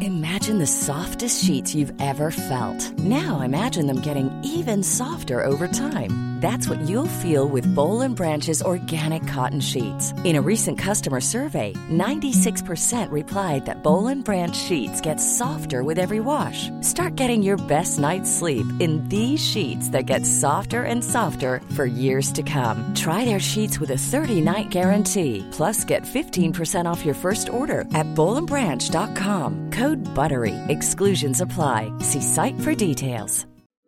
Imagine the softest sheets you've ever felt. Now imagine them getting even softer over time. That's what you'll feel with Boll & Branch's organic cotton sheets. In a recent customer survey, 96% replied that Boll & Branch sheets get softer with every wash. Start getting your best night's sleep in these sheets that get softer and softer for years to come. Try their sheets with a 30-night guarantee. Plus, get 15% off your first order at bollandbranch.com. Code BUTTERY. Exclusions apply. See site for details.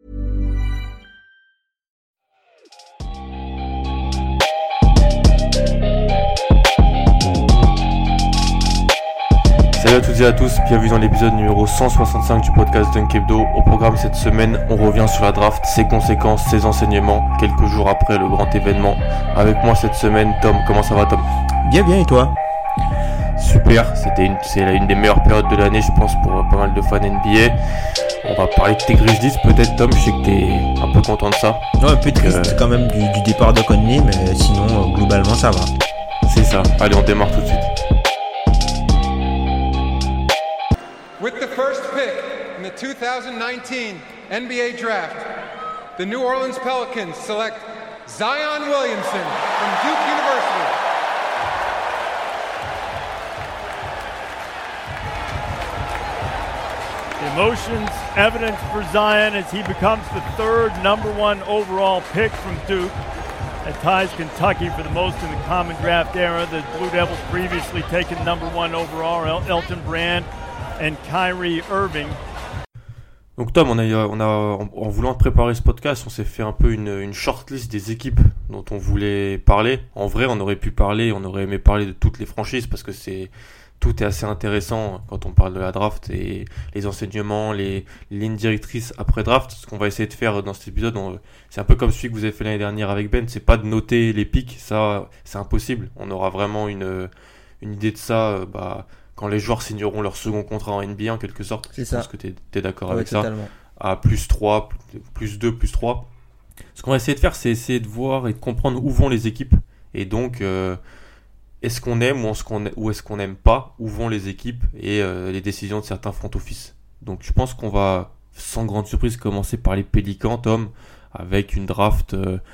Salut à toutes et à tous, bienvenue dans l'épisode numéro 165 du podcast Dunk Hebdo. Au programme cette semaine, on revient sur la draft, ses conséquences, ses enseignements, quelques jours après le grand événement. Avec moi cette semaine, Tom. Comment ça va, Tom? Bien, et toi? Super, c'est une des meilleures périodes de l'année, je pense, pour pas mal de fans NBA. On va parler de tes Grizzlies peut-être, Tom. Je sais que t'es un peu content de ça. Non, un peu triste quand même du départ de Conley, mais sinon, globalement, ça va. C'est ça. Allez, on démarre tout de suite. With the first pick in the 2019 NBA Draft, the New Orleans Pelicans select Zion Williamson from Duke University. Emotions evident for Zion as he becomes the third number one overall pick from Duke. That ties Kentucky for the most in the common draft era. The Blue Devils previously taken number one overall, Elton Brand and Kyrie Irving. Donc Tom, en voulant préparer ce podcast, on s'est fait un peu une shortlist des équipes dont on voulait parler. En vrai, on aurait aimé parler de toutes les franchises parce que tout est assez intéressant quand on parle de la draft et les enseignements, les lignes directrices après draft. Ce qu'on va essayer de faire dans cet épisode, c'est un peu comme celui que vous avez fait l'année dernière avec Ben, c'est pas de noter les picks, ça c'est impossible. On aura vraiment une idée de ça quand les joueurs signeront leur second contrat en NBA en quelque sorte. C'est Je pense que tu es d'accord avec totalement. Ça. À plus 3, plus 2, plus 3. Ce qu'on va essayer de faire, c'est essayer de voir et de comprendre où vont les équipes. Et donc, est-ce qu'on aime ou est-ce qu'on n'aime pas où vont les équipes et les décisions de certains front office. Donc je pense qu'on va, sans grande surprise, commencer par les Pélicans, Tom, avec une draft,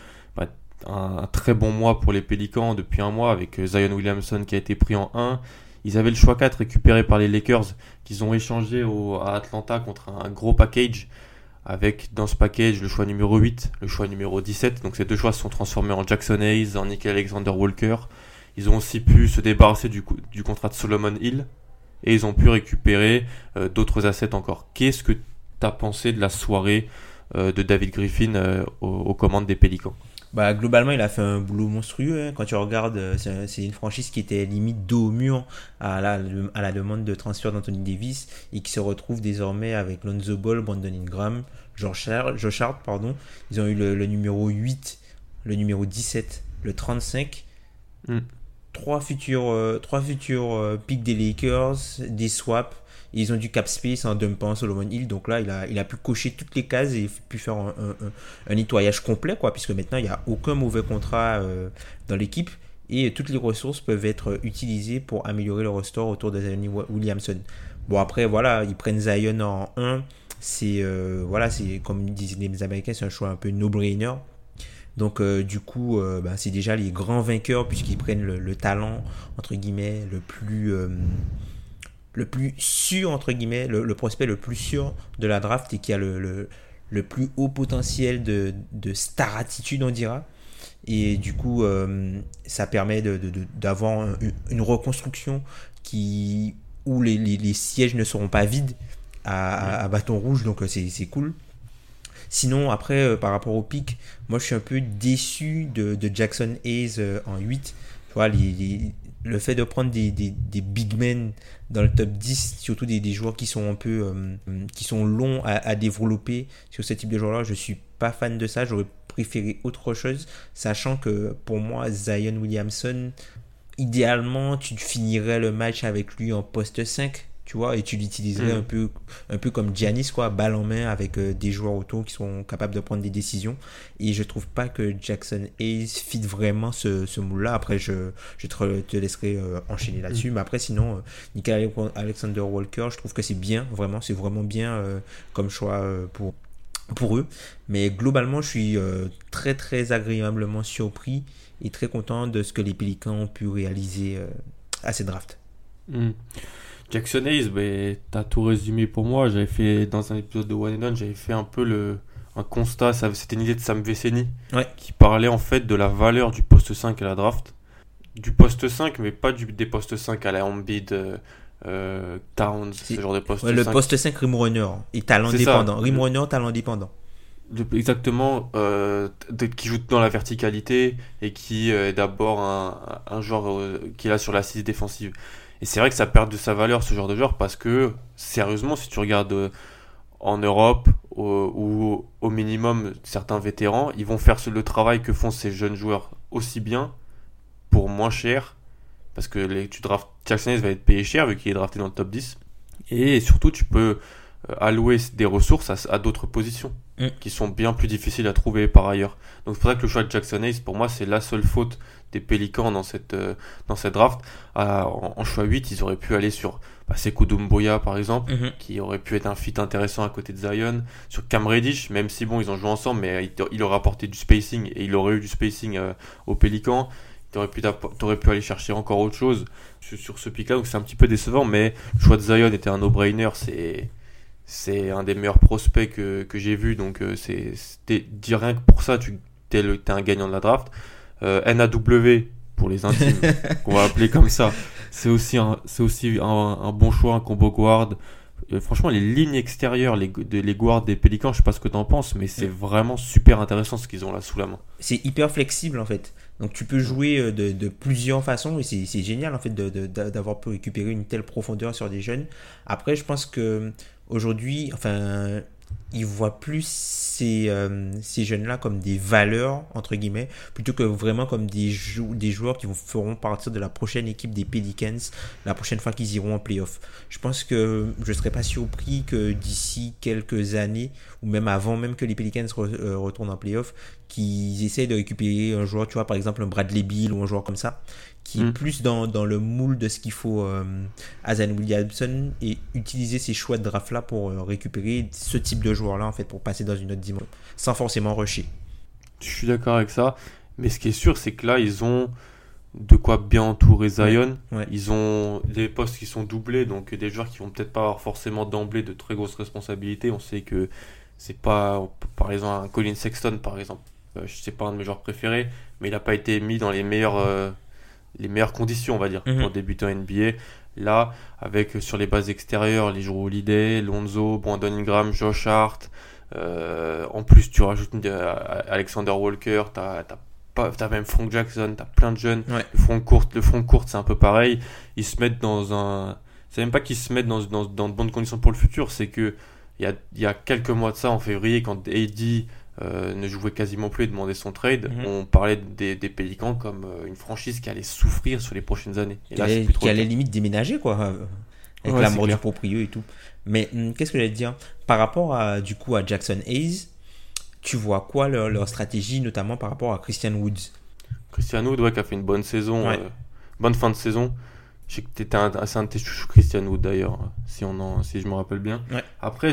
un très bon mois pour les Pélicans depuis un mois, avec Zion Williamson qui a été pris en 1. Ils avaient le choix 4 récupéré par les Lakers, qu'ils ont échangé à Atlanta contre un gros package, avec dans ce package le choix numéro 8, le choix numéro 17. Donc ces deux choix se sont transformés en Jackson Hayes, en Nickel Alexander-Walker. Ils ont aussi pu se débarrasser du contrat de Solomon Hill et ils ont pu récupérer d'autres assets encore. Qu'est-ce que tu as pensé de la soirée de David Griffin aux commandes des Pélicans? Globalement, il a fait un boulot monstrueux. Quand tu regardes, c'est une franchise qui était limite dos au mur à la demande de transfert d'Anthony Davis et qui se retrouve désormais avec Lonzo Ball, Brandon Ingram, Josh Hart, pardon. Ils ont eu le numéro 8, le numéro 17, le 35. Trois futurs picks des Lakers, des swaps. Et ils ont du cap space en dumpant Solomon Hill. Donc là, il a pu cocher toutes les cases et pu faire un nettoyage complet, puisque maintenant, il n'y a aucun mauvais contrat dans l'équipe. Et toutes les ressources peuvent être utilisées pour améliorer le roster autour de Zion Williamson. Bon, après, voilà, ils prennent Zion en 1. C'est comme disent les Américains, c'est un choix un peu no-brainer. Donc du coup, c'est déjà les grands vainqueurs puisqu'ils prennent le talent, entre guillemets, le plus sûr, entre guillemets, le prospect le plus sûr de la draft et qui a le plus haut potentiel de star attitude, on dira. Et du coup, ça permet d'avoir une reconstruction où les sièges ne seront pas vides à bâton rouge, donc c'est cool. Sinon, après, par rapport au pick, moi, je suis un peu déçu de Jackson Hayes en 8. Tu vois, le fait de prendre des big men dans le top 10, surtout des joueurs qui sont un peu qui sont longs à développer sur ce type de joueurs-là, je suis pas fan de ça. J'aurais préféré autre chose, sachant que pour moi, Zion Williamson, idéalement, tu finirais le match avec lui en poste 5. tu vois, et tu l'utiliserais un peu comme Giannis, quoi, balle en main avec des joueurs autour qui sont capables de prendre des décisions. Et je trouve pas que Jackson Hayes fit vraiment ce moule-là. Après, je te laisserai enchaîner là-dessus. Mais après, sinon, Nickeil Alexander-Walker, je trouve que c'est vraiment bien comme choix pour eux. Mais globalement, je suis très très agréablement surpris et très content de ce que les Pélicans ont pu réaliser à ces drafts. Jackson Hayes, t'as tout résumé pour moi. J'avais fait dans un épisode de One and Done, j'avais fait un peu un constat. C'était une idée de Sam Veceni qui parlait en fait de la valeur du poste 5 à la draft. Du poste 5, mais pas des postes 5 à la Embiid, Towns, ce genre de poste 5. Le poste 5 rim runner et talent dépendant. Rim runner, talent dépendant. Exactement, qui joue dans la verticalité et qui est d'abord un joueur qui est là sur l'assise défensive. Et c'est vrai que ça perd de sa valeur ce genre de joueur parce que, sérieusement, si tu regardes en Europe ou au minimum certains vétérans, ils vont faire le travail que font ces jeunes joueurs aussi bien pour moins cher parce que tu draftes, Jackson Hayes va être payé cher vu qu'il est drafté dans le top 10 et surtout tu peux allouer des ressources à d'autres positions qui sont bien plus difficiles à trouver par ailleurs. Donc c'est pour ça que le choix de Jackson Hayes, pour moi, c'est la seule faute des Pélicans dans cette draft. En choix 8, ils auraient pu aller sur Sekou Doumbouya par exemple, qui aurait pu être un fit intéressant à côté de Zion, sur Cam Reddish, même si bon ils ont joué ensemble, mais il aurait apporté du spacing et il aurait eu du spacing aux Pélicans. T'aurais pu aller chercher encore autre chose sur ce pick là, donc c'est un petit peu décevant, mais le choix de Zion était un no-brainer. C'est un des meilleurs prospects que j'ai vu, donc dire rien que pour ça, t'es un gagnant de la draft. NAW pour les intimes, qu'on va appeler comme ça, c'est aussi un bon choix, un combo guard. Franchement, les lignes extérieures, les guards des Pélicans, je sais pas ce que t'en penses, mais c'est vraiment super intéressant ce qu'ils ont là sous la main. C'est hyper flexible en fait. Donc tu peux jouer de plusieurs façons et c'est génial en fait d'avoir pu récupérer une telle profondeur sur des jeunes. Après, je pense que aujourd'hui, ils voient plus ces jeunes-là comme des valeurs, entre guillemets, plutôt que vraiment comme des joueurs qui feront partir de la prochaine équipe des Pelicans la prochaine fois qu'ils iront en playoff. Je pense que je ne serais pas surpris que d'ici quelques années, ou même avant même que les Pelicans retournent en playoff, qu'ils essayent de récupérer un joueur, tu vois, par exemple un Bradley Beal ou un joueur comme ça, qui est plus dans le moule de ce qu'il faut à Zion Williamson, et utiliser ces choix de draft là pour récupérer ce type de joueur là en fait, pour passer dans une autre dimension sans forcément rusher. Je suis d'accord avec ça, mais ce qui est sûr, c'est que là ils ont de quoi bien entourer Zion. Ils ont des postes qui sont doublés, donc des joueurs qui vont peut-être pas avoir forcément d'emblée de très grosses responsabilités. On sait que c'est pas, par exemple, un Colin Sexton par exemple, c'est pas un de mes joueurs préférés, mais il n'a pas été mis dans les meilleures conditions, on va dire, pour débuter en NBA. Là, avec sur les bases extérieures, les joueurs Holiday, Lonzo, Brandon Ingram, Josh Hart, en plus tu rajoutes Alexander Walker, t'as même Frank Jackson, t'as plein de jeunes. Le front court c'est un peu pareil. Ils se mettent c'est même pas qu'ils se mettent dans de bonnes conditions pour le futur, c'est que il y a quelques mois de ça, en février, quand AD ne jouait quasiment plus et demandait son trade, on parlait des Pélicans comme une franchise qui allait souffrir sur les prochaines années. Et là, qui allait limite déménager, quoi, avec la mort du proprio et tout. Mais qu'est-ce que j'allais te dire par rapport à Jackson Hayes? Tu vois quoi leur stratégie, notamment par rapport à Christian Woods? Christian Wood, qui a fait une bonne saison, bonne fin de saison. Je sais que t'étais un de tes chouchous, Christian Wood d'ailleurs, si je me rappelle bien. Après,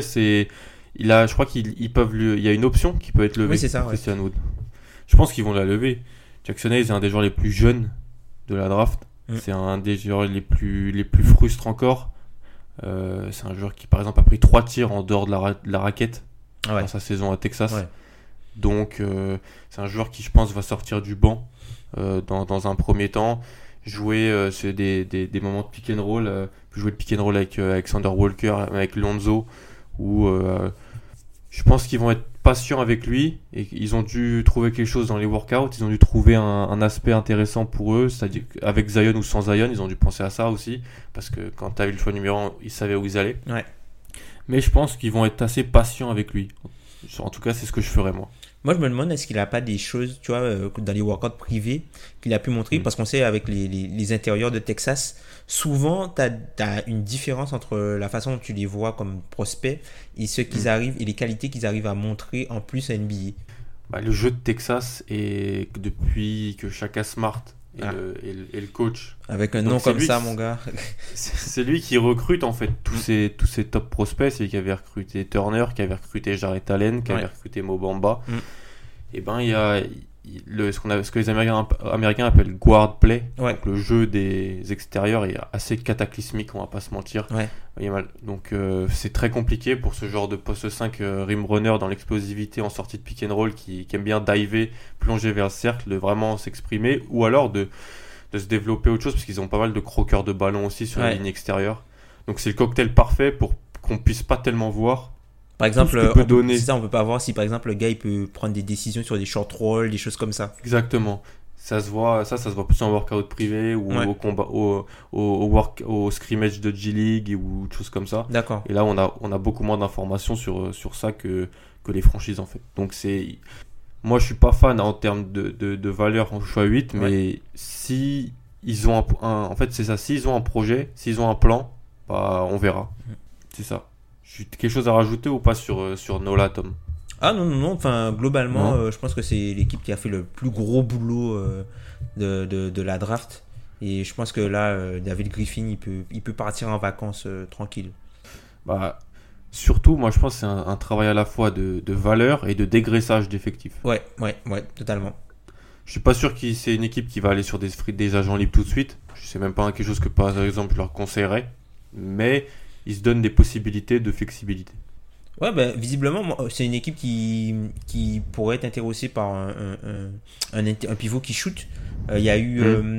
je crois qu'il y a une option qui peut être levée pour Christian Wood. Je pense qu'ils vont la lever. Jackson Hayes est un des joueurs les plus jeunes de la draft. C'est un des joueurs les plus frustres encore. C'est un joueur qui, par exemple, a pris 3 tirs en dehors de la raquette dans sa saison à Texas. Donc, c'est un joueur qui, je pense, va sortir du banc dans un premier temps. Jouer des moments de pick and roll. Jouer le pick and roll avec Alexander Walker, avec Lonzo, ou je pense qu'ils vont être patients avec lui et ils ont dû trouver quelque chose dans les workouts. Ils ont dû trouver un aspect intéressant pour eux, c'est-à-dire avec Zion ou sans Zion, ils ont dû penser à ça aussi, parce que quand tu as eu le choix numéro 1, ils savaient où ils allaient. Mais je pense qu'ils vont être assez patients avec lui. En tout cas, c'est ce que je ferais moi. Moi, je me demande, est-ce qu'il n'a pas des choses, tu vois, dans les workouts privés qu'il a pu montrer, parce qu'on sait, avec les intérieurs de Texas, souvent, tu as une différence entre la façon dont tu les vois comme prospects et ce qu'ils arrivent, et les qualités qu'ils arrivent à montrer en plus à NBA. Le jeu de Texas, et depuis que Shaka Smart et le coach... Avec un nom comme ça, mon gars. C'est lui qui recrute, en fait, tous ces top prospects. C'est lui qui avait recruté Turner, qui avait recruté Jarrett Allen, qui avait recruté Mo Bamba. Et il y a ce que les Américains appellent guard play. Donc le jeu des extérieurs est assez cataclysmique, on va pas se mentir. Donc c'est très compliqué pour ce genre de poste 5 rim runner dans l'explosivité en sortie de pick and roll qui aime bien diver, plonger vers le cercle, de vraiment s'exprimer, ou alors de se développer autre chose, parce qu'ils ont pas mal de croqueurs de ballon aussi sur la ligne extérieure. Donc c'est le cocktail parfait pour qu'on puisse pas tellement voir. Par exemple, on peut pas voir si par exemple le gars il peut prendre des décisions sur des short rolls, des choses comme ça. Exactement. Ça se voit plus en workout privé ou au combat, au scrimmage de G-League ou des choses comme ça. D'accord. Et là, on a beaucoup moins d'informations sur ça que les franchises en fait. Donc moi je suis pas fan en termes de valeur en choix 8, mais si ils ont en fait c'est ça, s'ils ont un projet, s'ils ont un plan, on verra. C'est ça. Quelque chose à rajouter ou pas sur Nola, Tom? Ah non, enfin globalement je pense que c'est l'équipe qui a fait le plus gros boulot de la draft, et je pense que là David Griffin il peut partir en vacances tranquille. Surtout moi je pense que c'est un travail à la fois de valeur et de dégraissage d'effectifs. Ouais, totalement. Je suis pas sûr que c'est une équipe qui va aller sur des agents libres tout de suite. Je sais même pas quelque chose que par exemple je leur conseillerais, mais ils se donnent des possibilités de flexibilité. Ouais, visiblement, c'est une équipe qui pourrait être intéressée par un pivot qui shoot. Il y a eu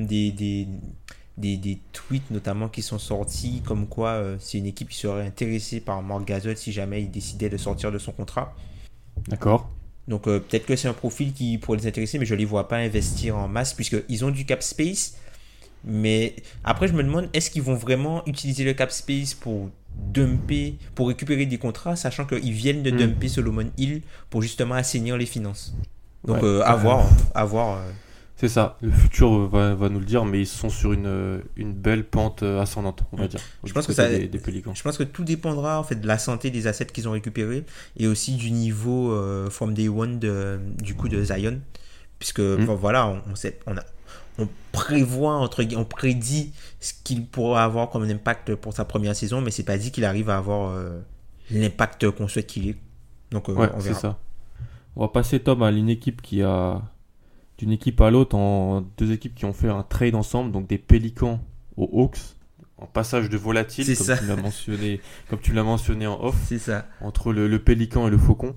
des tweets notamment qui sont sortis comme quoi c'est une équipe qui serait intéressée par Marc Gasol si jamais il décidait de sortir de son contrat. D'accord. Donc peut-être que c'est un profil qui pourrait les intéresser, mais je ne les vois pas investir en masse puisqu'ils ont du cap space. Mais après, je me demande, est-ce qu'ils vont vraiment utiliser le cap space pour dumper, pour récupérer des contrats, sachant qu'ils viennent de dumper Solomon Hill pour justement assainir les finances. Donc à voir. C'est ça, le futur va nous le dire, mais ils sont sur une belle pente ascendante, on va dire. Je pense que tout dépendra en fait de la santé des assets qu'ils ont récupérés et aussi du niveau from day one du coup de Zion, puisque on prédit ce qu'il pourra avoir comme un impact pour sa première saison, mais c'est pas dit qu'il arrive à avoir l'impact qu'on souhaite qu'il ait. Donc on verra. C'est ça. On va passer, Tom, à une équipe d'une équipe à l'autre, en deux équipes qui ont fait un trade ensemble, donc des Pélicans aux Hawks, en passage de volatile, comme tu l'as mentionné en off. C'est ça. Entre le Pélican et le Faucon.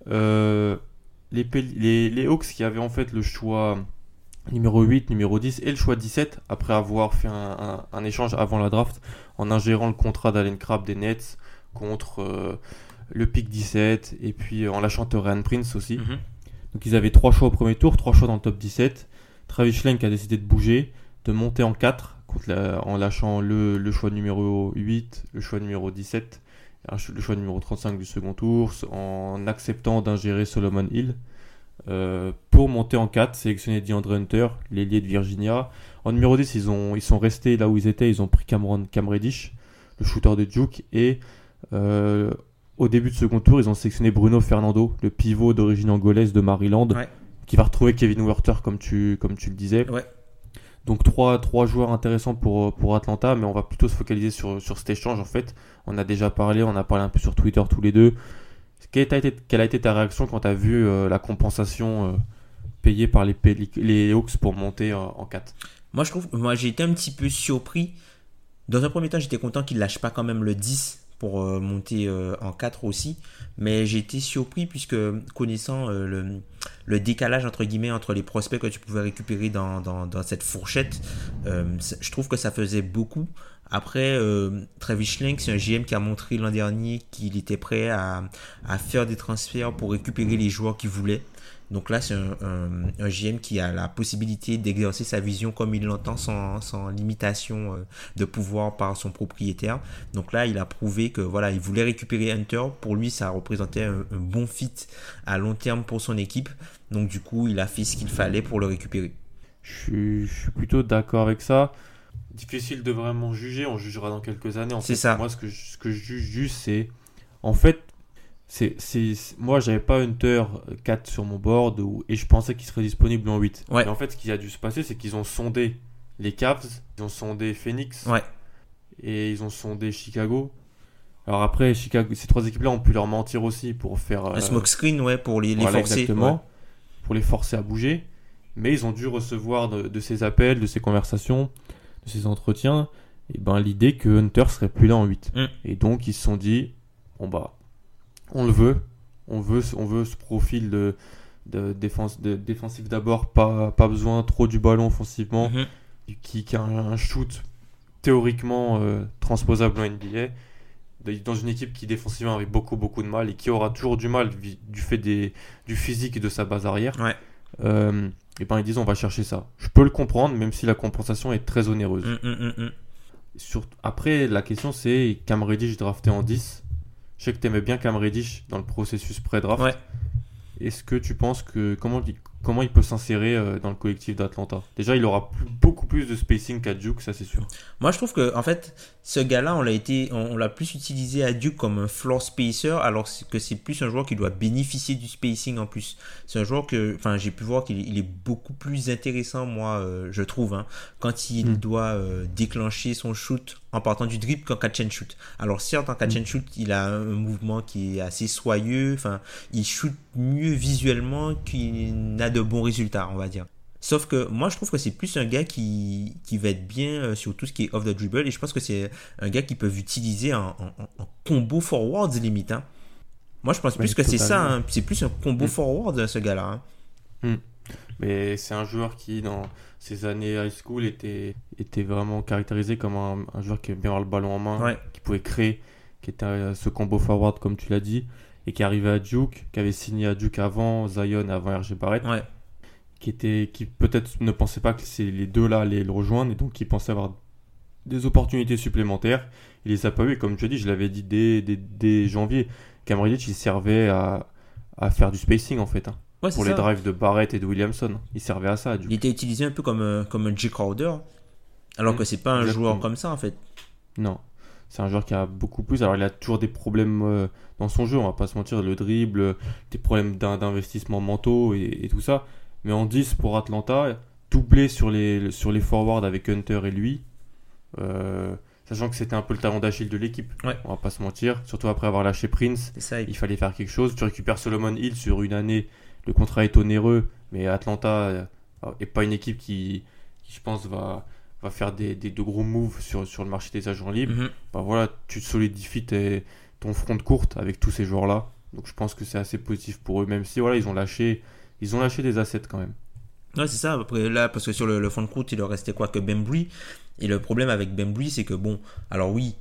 Les Hawks qui avaient en fait le choix numéro 8, numéro 10 et le choix 17, après avoir fait un échange avant la draft en ingérant le contrat d'Allen Crabbe des Nets contre le pick 17 et puis en lâchant Taurean Prince aussi. Donc ils avaient 3 choix au premier tour, 3 choix dans le top 17. Travis Schlenk a décidé de bouger, de monter en 4 en lâchant le choix numéro 8, le choix numéro 17, le choix numéro 35 du second tour, en acceptant d'ingérer Solomon Hill. Pour monter en 4, sélectionner DeAndre Hunter, l'ailier de Virginia. En numéro 10, ils sont restés là où ils étaient. Ils ont pris Cam Reddish, le shooter de Duke. Et au début de second tour, ils ont sélectionné Bruno Fernando, le pivot d'origine angolaise de Maryland, qui va retrouver Kevin Huerter comme tu le disais. Donc trois joueurs intéressants pour Atlanta, mais on va plutôt se focaliser sur cet échange en fait. On a parlé un peu sur Twitter tous les deux. Quelle a été ta réaction quand tu as vu la compensation payée par les Hawks pour monter en 4? Moi j'ai été un petit peu surpris. Dans un premier temps, j'étais content qu'ils ne lâchent pas quand même le 10 pour monter en 4 aussi. Mais j'ai été surpris puisque connaissant le décalage entre guillemets entre les prospects que tu pouvais récupérer dans cette fourchette, je trouve que ça faisait beaucoup. Après, Travis Schlenk, c'est un GM qui a montré l'an dernier qu'il était prêt à faire des transferts pour récupérer les joueurs qu'il voulait. Donc là, c'est un GM qui a la possibilité d'exercer sa vision comme il l'entend, sans limitation de pouvoir par son propriétaire. Donc là, il a prouvé que voilà, il voulait récupérer Hunter. Pour lui, ça représentait un bon fit à long terme pour son équipe. Donc du coup, il a fait ce qu'il fallait pour le récupérer. Je suis plutôt d'accord avec ça. Difficile de vraiment juger, on jugera dans quelques années. En C'est fait, ça. Moi, ce que je juge juste, c'est... En fait, moi, j'avais pas Hunter 4 sur mon board et je pensais qu'il serait disponible en 8. Ouais. Mais en fait, ce qui a dû se passer, c'est qu'ils ont sondé les Cavs, ils ont sondé Phoenix Ouais. et ils ont sondé Chicago. Alors après, Chicago, ces 3 équipes-là ont pu leur mentir aussi pour faire... Un smoke screen, ouais, pour les voilà, forcer. exactement, Ouais. pour les forcer à bouger. Mais ils ont dû recevoir de ces appels, de ces conversations, de ces entretiens, et ben, l'idée que Hunter serait plus là en 8. Et donc ils se sont dit, bon bah, on le veut, on veut ce profil de défensif d'abord, pas besoin trop du ballon offensivement, qui a un shoot théoriquement transposable en NBA, dans une équipe qui défensivement avait beaucoup de mal et qui aura toujours du mal du fait du physique et de sa base arrière. Ouais. Et ben ils disent on va chercher ça. Je peux le comprendre, même si la compensation est très onéreuse. Après, la question c'est Cam Reddish drafté en 10. Je sais que tu aimais bien Cam Reddish dans le processus pré-draft. Ouais. Est-ce que tu penses que comment il peut s'insérer dans le collectif d'Atlanta? Déjà, il aura beaucoup plus de spacing qu'à Duke, ça c'est sûr. Moi, je trouve que en fait, ce gars-là, on l'a plus utilisé à Duke comme un floor spacer, alors que c'est plus un joueur qui doit bénéficier du spacing en plus. C'est un joueur que, enfin, j'ai pu voir qu'il est beaucoup plus intéressant, moi, je trouve, hein, quand il doit déclencher son shoot en partant du dribble qu'en catch and shoot. Alors certes, en catch and shoot, il a un mouvement qui est assez soyeux, enfin, il shoot mieux visuellement qu'il n'a de bons résultats, on va dire. Sauf que moi, je trouve que c'est plus un gars qui va être bien sur tout ce qui est off the dribble, et je pense que c'est un gars qu'ils peuvent utiliser en combo forwards limite. Hein. Moi, je pense plus que c'est ça, hein. C'est plus un combo forward, ce gars-là. Hein. Mais c'est un joueur qui, dans ses années high school, était vraiment caractérisé comme un joueur qui aimait bien avoir le ballon en main, qui pouvait créer, qui était ce combo forward, comme tu l'as dit, et qui arrivait à Duke, qui avait signé à Duke avant Zion, avant R.J. Barrett, qui peut-être ne pensait pas que c'est les deux là allaient le rejoindre, et donc qui pensait avoir des opportunités supplémentaires. Il les a pas eu, et comme tu as dit, je l'avais dit dès janvier, Cam Reddish, il servait à faire du spacing en fait. Hein. Ouais, pour les drives de Barrett et de Williamson. Il servait à ça. Il était utilisé un peu comme un Jay Crowder, alors que c'est pas un joueur comme ça en fait. Non, c'est un joueur qui a beaucoup plus. Alors il a toujours des problèmes dans son jeu, on va pas se mentir, le dribble, des problèmes d'investissement mentaux et tout ça. Mais en 10 pour Atlanta, doublé sur les forwards avec Hunter et lui, sachant que c'était un peu le talon d'Achille de l'équipe. On va pas se mentir, surtout après avoir lâché Prince, il fallait faire quelque chose. Tu récupères Solomon Hill sur une année. Le contrat est onéreux, mais Atlanta n'est pas une équipe qui je pense, va faire de gros moves sur le marché des agents libres. Ben voilà, tu solidifies ton front de courte avec tous ces joueurs-là. Donc je pense que c'est assez positif pour eux, même si voilà, ils ont lâché des assets quand même. Ouais, c'est ça. Après, là, parce que sur le front de courte, il leur restait quoi que Bembry. Et le problème avec Bembry, c'est que bon, alors oui,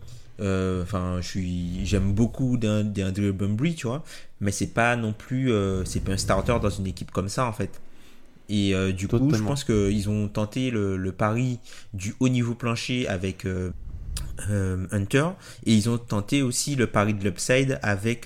j'aime beaucoup d'Andre Bembry, tu vois, mais c'est pas non plus c'est pas un starter dans une équipe comme ça en fait. Et du coup, je pense qu'ils ont tenté le pari du haut niveau plancher avec Hunter, et ils ont tenté aussi le pari de l'upside avec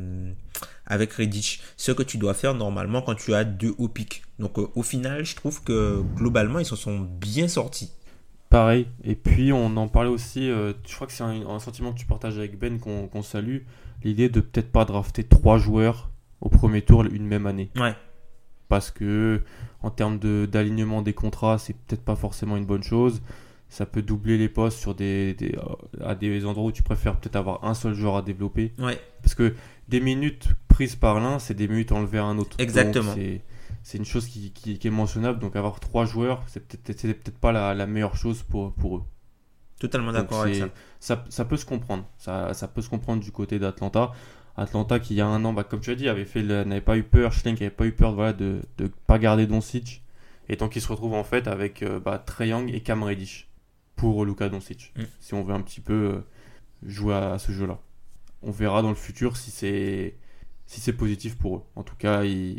Reddish, ce que tu dois faire normalement quand tu as 2 hauts pics. Donc au final, je trouve que globalement ils se sont bien sortis. Pareil, et puis on en parlait aussi, je crois que c'est un sentiment que tu partages avec Ben, qu'on salue, l'idée de peut-être pas drafter 3 joueurs au premier tour une même année. Ouais. Parce que en termes d'alignement des contrats, c'est peut-être pas forcément une bonne chose. Ça peut doubler les postes sur à des endroits où tu préfères peut-être avoir un seul joueur à développer. Ouais. Parce que des minutes prises par l'un, c'est des minutes enlevées à un autre. Exactement. Donc c'est une chose qui est mentionnable. Donc avoir 3 joueurs, c'est peut-être pas la meilleure chose pour eux. Totalement d'accord avec ça. Ça peut se comprendre. Ça peut se comprendre du côté d'Atlanta. Atlanta qui il y a un an, comme tu as dit, n'avait pas eu peur. Schlenk n'avait pas eu peur de pas garder Doncic. Et donc il se retrouve en fait avec Trae Young et Cam Reddish pour Luka Doncic. Si on veut un petit peu jouer à ce jeu-là. On verra dans le futur si c'est positif pour eux. En tout cas,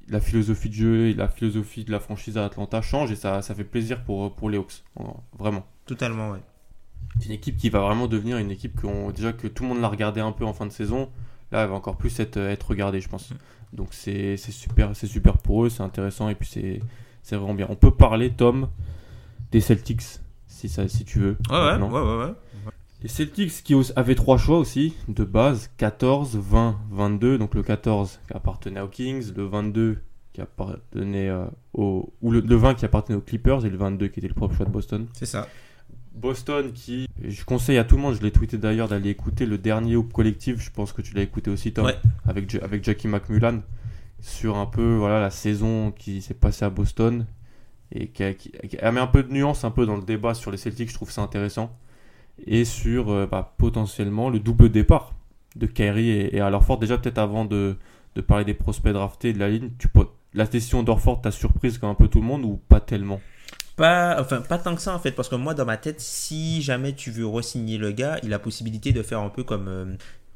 la philosophie de jeu et la philosophie de la franchise à Atlanta change et ça fait plaisir pour les Hawks, vraiment. Totalement, ouais. C'est une équipe qui va vraiment devenir une équipe déjà que tout le monde l'a regardé un peu en fin de saison. Là, elle va encore plus être regardée, je pense. Donc c'est super pour eux, c'est intéressant et puis c'est vraiment bien. On peut parler, Tom, des Celtics, si tu veux. Ouais. Les Celtics qui avaient 3 choix aussi, de base, 14, 20, 22. Donc le 14 qui appartenait aux Kings, le 22 qui appartenait le 20 qui appartenait aux Clippers et le 22 qui était le propre choix de Boston. C'est ça. Boston qui, je conseille à tout le monde, je l'ai tweeté d'ailleurs, d'aller écouter le dernier Hoop Collective, je pense que tu l'as écouté aussi Tom, ouais. avec Jackie McMullan, sur un peu la saison qui s'est passée à Boston, et qui met un peu de nuance un peu dans le débat sur les Celtics, je trouve ça intéressant, et sur potentiellement le double départ de Kyrie et Al Horford. Déjà peut-être avant de parler des prospects draftés de la ligne, la décision d'Horford t'a surprise comme un peu tout le monde ou pas tellement? Pas tant que ça en fait, parce que moi dans ma tête, si jamais tu veux re-signer le gars, il a la possibilité de faire un peu comme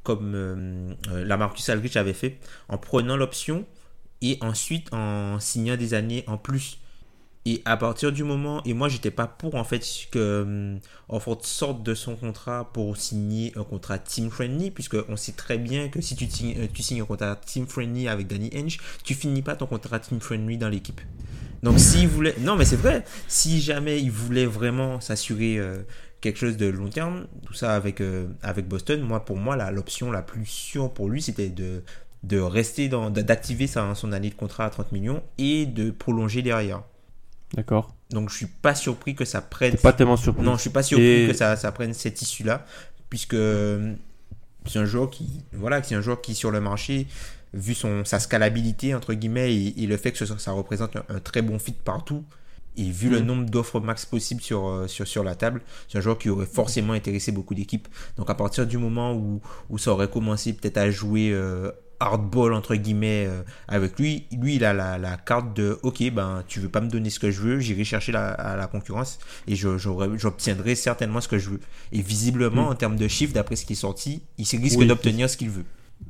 LaMarcus Aldridge avait fait, en prenant l'option et ensuite en signant des années en plus. Et à partir du moment, et moi j'étais pas pour en fait que Horford sorte de son contrat pour signer un contrat team friendly, puisque on sait très bien que si tu signes un contrat team friendly avec Danny Ainge, tu finis pas ton contrat team friendly dans l'équipe. Donc s'il voulait, non mais c'est vrai, si jamais il voulait vraiment s'assurer quelque chose de long terme, tout ça avec Boston, pour moi l'option la plus sûre pour lui c'était de rester d'activer son année de contrat à 30 millions et de prolonger derrière. D'accord. Donc je suis pas surpris que ça prenne. T'es pas tellement surpris. Non, je suis pas surpris que ça prenne cette issue-là, puisque c'est un joueur qui sur le marché, vu sa scalabilité entre guillemets et le fait que ça représente un très bon fit partout, et vu le nombre d'offres max possibles sur la table, c'est un joueur qui aurait forcément intéressé beaucoup d'équipes. Donc à partir du moment où ça aurait commencé peut-être à jouer hardball entre guillemets avec lui il a la carte de ok, tu veux pas me donner ce que je veux, j'irai chercher la concurrence et j'obtiendrai certainement ce que je veux. Et visiblement en termes de chiffres, d'après ce qui est sorti, il risque d'obtenir ce qu'il veut.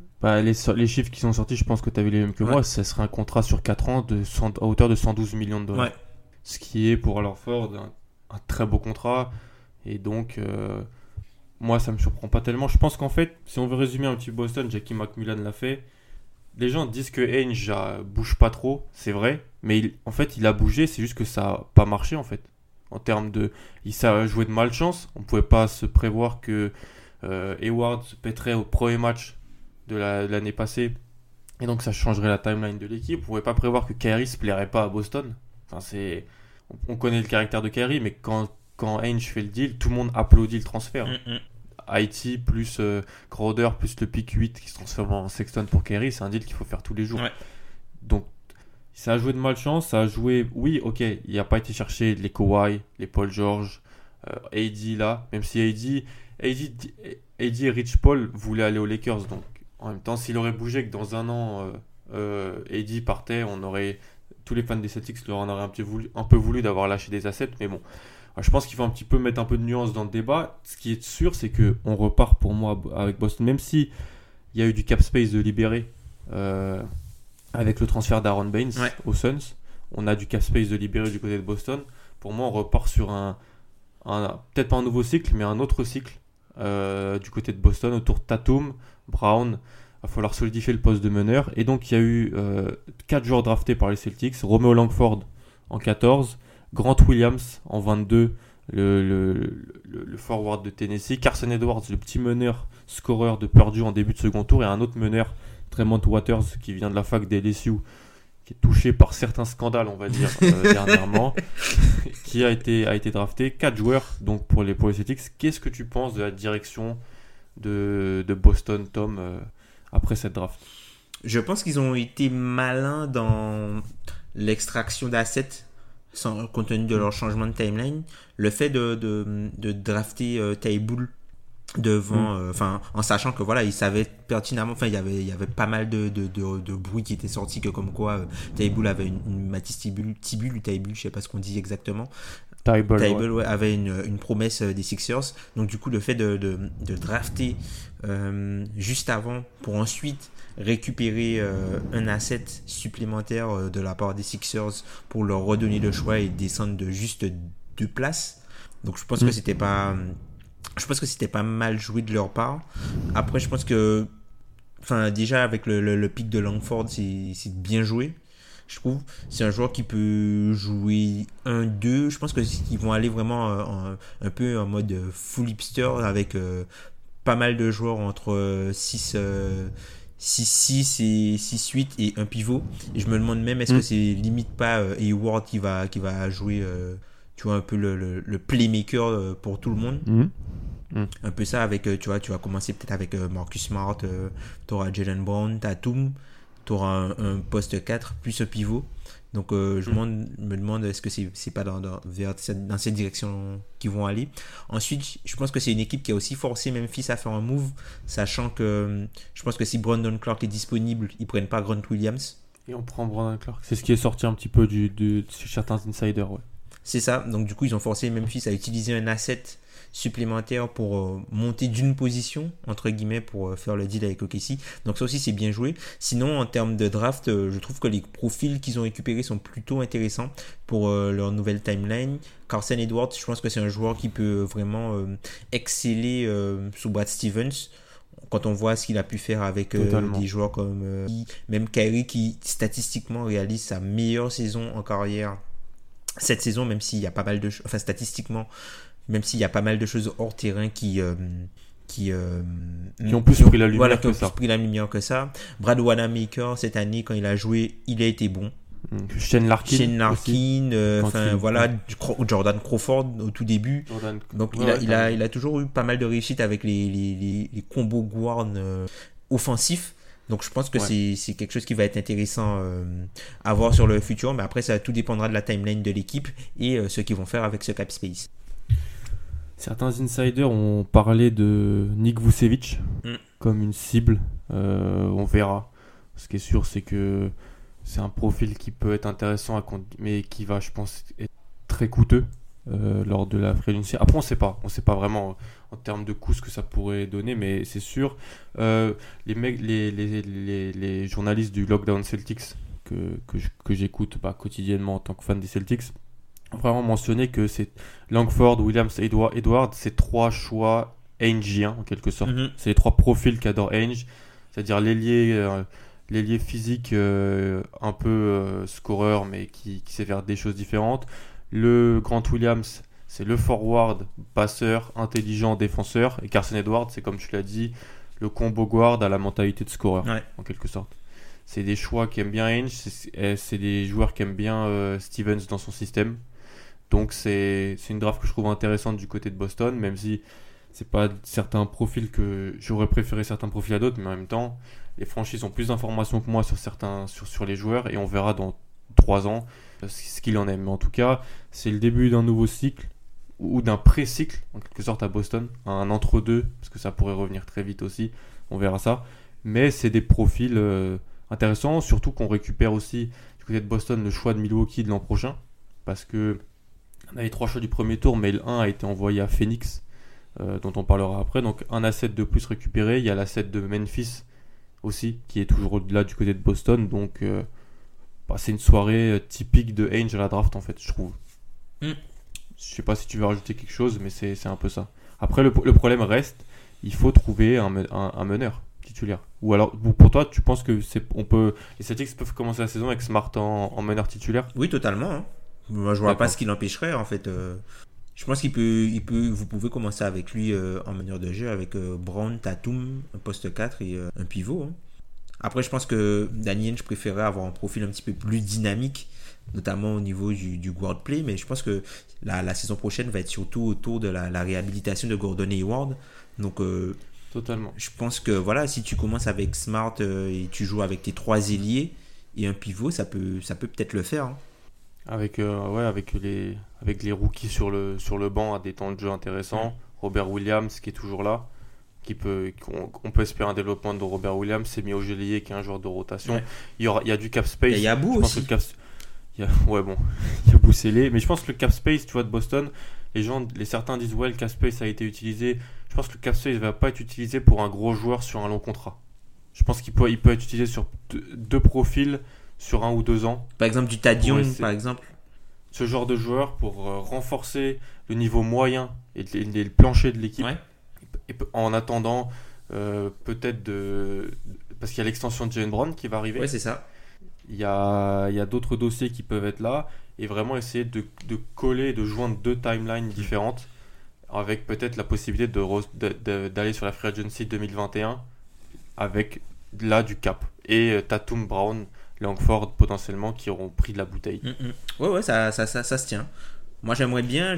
Les chiffres qui sont sortis, je pense que tu as vu les mêmes que moi, ça serait un contrat sur 4 ans à hauteur de 112 millions de dollars. Ouais. Ce qui est pour Al Horford un très beau contrat. Et donc, moi, ça me surprend pas tellement. Je pense qu'en fait, si on veut résumer un petit Boston, Jackie McMullan l'a fait. Les gens disent que Ainge bouge pas trop, c'est vrai. Mais en fait, il a bougé, c'est juste que ça n'a pas marché en fait. En termes de. Ça a joué de malchance. On ne pouvait pas se prévoir que Hayward se pèterait au premier match de l'année passée. Et donc, ça changerait la timeline de l'équipe. On ne pouvait pas prévoir que Kyrie se plairait pas à Boston. Enfin, on connaît le caractère de Kyrie, mais quand Ainge fait le deal, tout le monde applaudit le transfert. Haïti plus Crowder plus le pick 8 qui se transforme en Sexton pour Kyrie, c'est un deal qu'il faut faire tous les jours. Ouais. Donc ça a joué de malchance, ça a joué, oui ok, il n'a pas été chercher les Kawhi, les Paul George, AD là, même si AD et Rich Paul voulaient aller aux Lakers, donc en même temps s'il aurait bougé que dans un an AD partait, tous les fans des Celtics leur en auraient un peu voulu d'avoir lâché des assets, mais bon. Je pense qu'il faut un petit peu mettre un peu de nuance dans le débat. Ce qui est sûr, c'est qu'on repart pour moi avec Boston, même si il y a eu du cap space de libéré avec le transfert d'Aaron Baines aux Suns. On a du cap space de libéré du côté de Boston. Pour moi, on repart sur peut-être pas un nouveau cycle, mais un autre cycle du côté de Boston autour de Tatum, Brown. Il va falloir solidifier le poste de meneur. Et donc, il y a eu 4 joueurs draftés par les Celtics. Romeo Langford en 14. Grant Williams en 22, le forward de Tennessee. Carson Edwards, le petit meneur scoreur de Purdue en début de second tour. Et un autre meneur, Tremont Waters, qui vient de la fac des LSU, qui est touché par certains scandales, on va dire, dernièrement, qui a été drafté. 4 joueurs donc pour les Celtics. Qu'est-ce que tu penses de la direction de Boston, Tom, après cette draft? Je pense qu'ils ont été malins dans l'extraction d'assets compte tenu de leur changement de timeline. Le fait de drafter Thybulle devant, en sachant que voilà, ils savaient pertinemment, il y avait pas mal de bruit qui était sorti que comme quoi Thybulle avait une Matisse Thybulle ou Thybulle, je sais pas ce qu'on dit exactement. Tybal ouais, avait une promesse des Sixers. Donc du coup, le fait de drafter juste avant pour ensuite récupérer un asset supplémentaire de la part des Sixers pour leur redonner le choix et descendre de juste 2 places. Donc je pense que c'était pas mal joué de leur part. Après, je pense que déjà avec le pick de Langford, c'est bien joué. Je trouve c'est un joueur qui peut jouer 1-2. Je pense qu'ils vont aller vraiment un peu en mode full hipster avec pas mal de joueurs entre 6-6 et 6-8 et un pivot. Et je me demande même est-ce que c'est limite pas Hayward qui va jouer tu vois un peu le playmaker pour tout le monde. Un peu ça avec tu vas commencer peut-être avec Marcus Smart, t'auras Jaylen Brown, Tatum, t'auras un poste 4 plus un pivot. Donc je me demande est-ce que c'est pas dans cette direction qu'ils vont aller. Ensuite, je pense que c'est une équipe qui a aussi forcé Memphis à faire un move, sachant que je pense que si Brandon Clark est disponible, ils prennent pas Grant Williams. Et on prend Brandon Clark. C'est ce qui est sorti un petit peu de certains insiders, ouais. C'est ça. Donc du coup, ils ont forcé Memphis à utiliser un asset supplémentaire pour monter d'une position entre guillemets pour faire le deal avec OKC. Donc ça aussi c'est bien joué. Sinon en termes de draft, je trouve que les profils qu'ils ont récupérés sont plutôt intéressants pour leur nouvelle timeline. Carson Edwards, je pense que c'est un joueur qui peut vraiment exceller sous Brad Stevens. Quand on voit ce qu'il a pu faire avec des joueurs comme même Kyrie qui statistiquement réalise sa meilleure saison en carrière cette saison, même s'il y a pas mal de statistiquement, même s'il y a pas mal de choses hors terrain qui ont plus pris la lumière que ça. Brad Wanamaker cette année quand il a joué, il a été bon. Shane Larkin, Jordan Crawford au tout début. Donc il a toujours eu pas mal de réussite avec les combos guard offensifs. Donc je pense que c'est quelque chose qui va être intéressant à voir sur le futur. Mais après ça tout dépendra de la timeline de l'équipe et ce qu'ils vont faire avec ce cap space. Certains insiders ont parlé de Nick Vucevic comme une cible. On verra. Ce qui est sûr, c'est que c'est un profil qui peut être intéressant, mais qui va, je pense, être très coûteux lors de la free agency. Après, on sait pas vraiment en termes de coût ce que ça pourrait donner, mais c'est sûr. Les journalistes du Lockdown Celtics que j'écoute quotidiennement en tant que fan des Celtics vraiment mentionné que c'est Langford, Williams et Edward, c'est 3 choix Aingiens en quelque sorte. C'est les 3 profils qu'adore Ainge, c'est-à-dire l'ailier physique un peu scoreur mais qui sait faire des choses différentes. Le Grant Williams, c'est le forward, passeur, intelligent, défenseur. Et Carson Edwards, c'est comme tu l'as dit, le combo guard à la mentalité de scoreur en quelque sorte. C'est des choix qu'aime bien Ainge, c'est des joueurs qui aiment bien Stevens dans son système. Donc c'est une draft que je trouve intéressante du côté de Boston, même si c'est pas certains profils que j'aurais préféré certains profils à d'autres, mais en même temps, les franchises ont plus d'informations que moi sur les joueurs et on verra dans 3 ans ce qu'il en est. Mais en tout cas, c'est le début d'un nouveau cycle ou d'un pré-cycle en quelque sorte à Boston, un entre-deux, parce que ça pourrait revenir très vite aussi, on verra ça. Mais c'est des profils intéressants, surtout qu'on récupère aussi du côté de Boston le choix de Milwaukee de l'an prochain, parce que on a les 3 choix du premier tour, mais le 1 a été envoyé à Phoenix, dont on parlera après. Donc un asset de plus récupéré. Il y a l'asset de Memphis aussi, qui est toujours là du côté de Boston. Donc c'est une soirée typique de Ainge à la draft en fait, je trouve. Je sais pas si tu veux rajouter quelque chose, mais c'est un peu ça. Après le problème reste, il faut trouver un meneur titulaire. Ou alors pour toi, tu penses que les Celtics peuvent commencer la saison avec Smart en meneur titulaire? Oui, totalement. Hein. Moi, je vois pas ce qui l'empêcherait en fait. Je pense vous pouvez commencer avec lui en meneur de jeu avec Brown, Tatum, un poste 4 et un pivot. Hein. Après, je pense que Danny Ainge préférait avoir un profil un petit peu plus dynamique, notamment au niveau du guard play, mais je pense que la saison prochaine va être surtout autour de la réhabilitation de Gordon Hayward. Donc, totalement. Je pense que voilà, si tu commences avec Smart et tu joues avec tes 3 ailiers et un pivot, ça peut peut-être le faire. Hein. Avec les rookies sur le banc à des temps de jeu intéressants. Robert Williams qui est toujours là, on peut espérer un développement de Robert Williams. C'est Mio Gélier qui est un joueur de rotation. Il y a du cap space. Il y a Yabou aussi. Ouais, bon, il y a Bousselé. Mais je pense que le cap space, tu vois, de Boston, certains disent, ouais, le cap space a été utilisé. Je pense que le cap space ne va pas être utilisé pour un gros joueur sur un long contrat. Je pense qu'il peut être utilisé sur deux profils sur 1 ou 2 ans. Par exemple, du Tadion, par exemple. Ce genre de joueur pour renforcer le niveau moyen et le plancher de l'équipe. Ouais. Et en attendant, peut-être parce qu'il y a l'extension de Jaylen Brown qui va arriver. Ouais, c'est ça. Il y a d'autres dossiers qui peuvent être là et vraiment essayer de coller, de joindre 2 timelines différentes avec peut-être la possibilité d'aller sur la Free Agency 2021 avec là du cap et Tatum, Brown, Langford potentiellement qui auront pris de la bouteille. Ouais, ça se tient. Moi, j'aimerais bien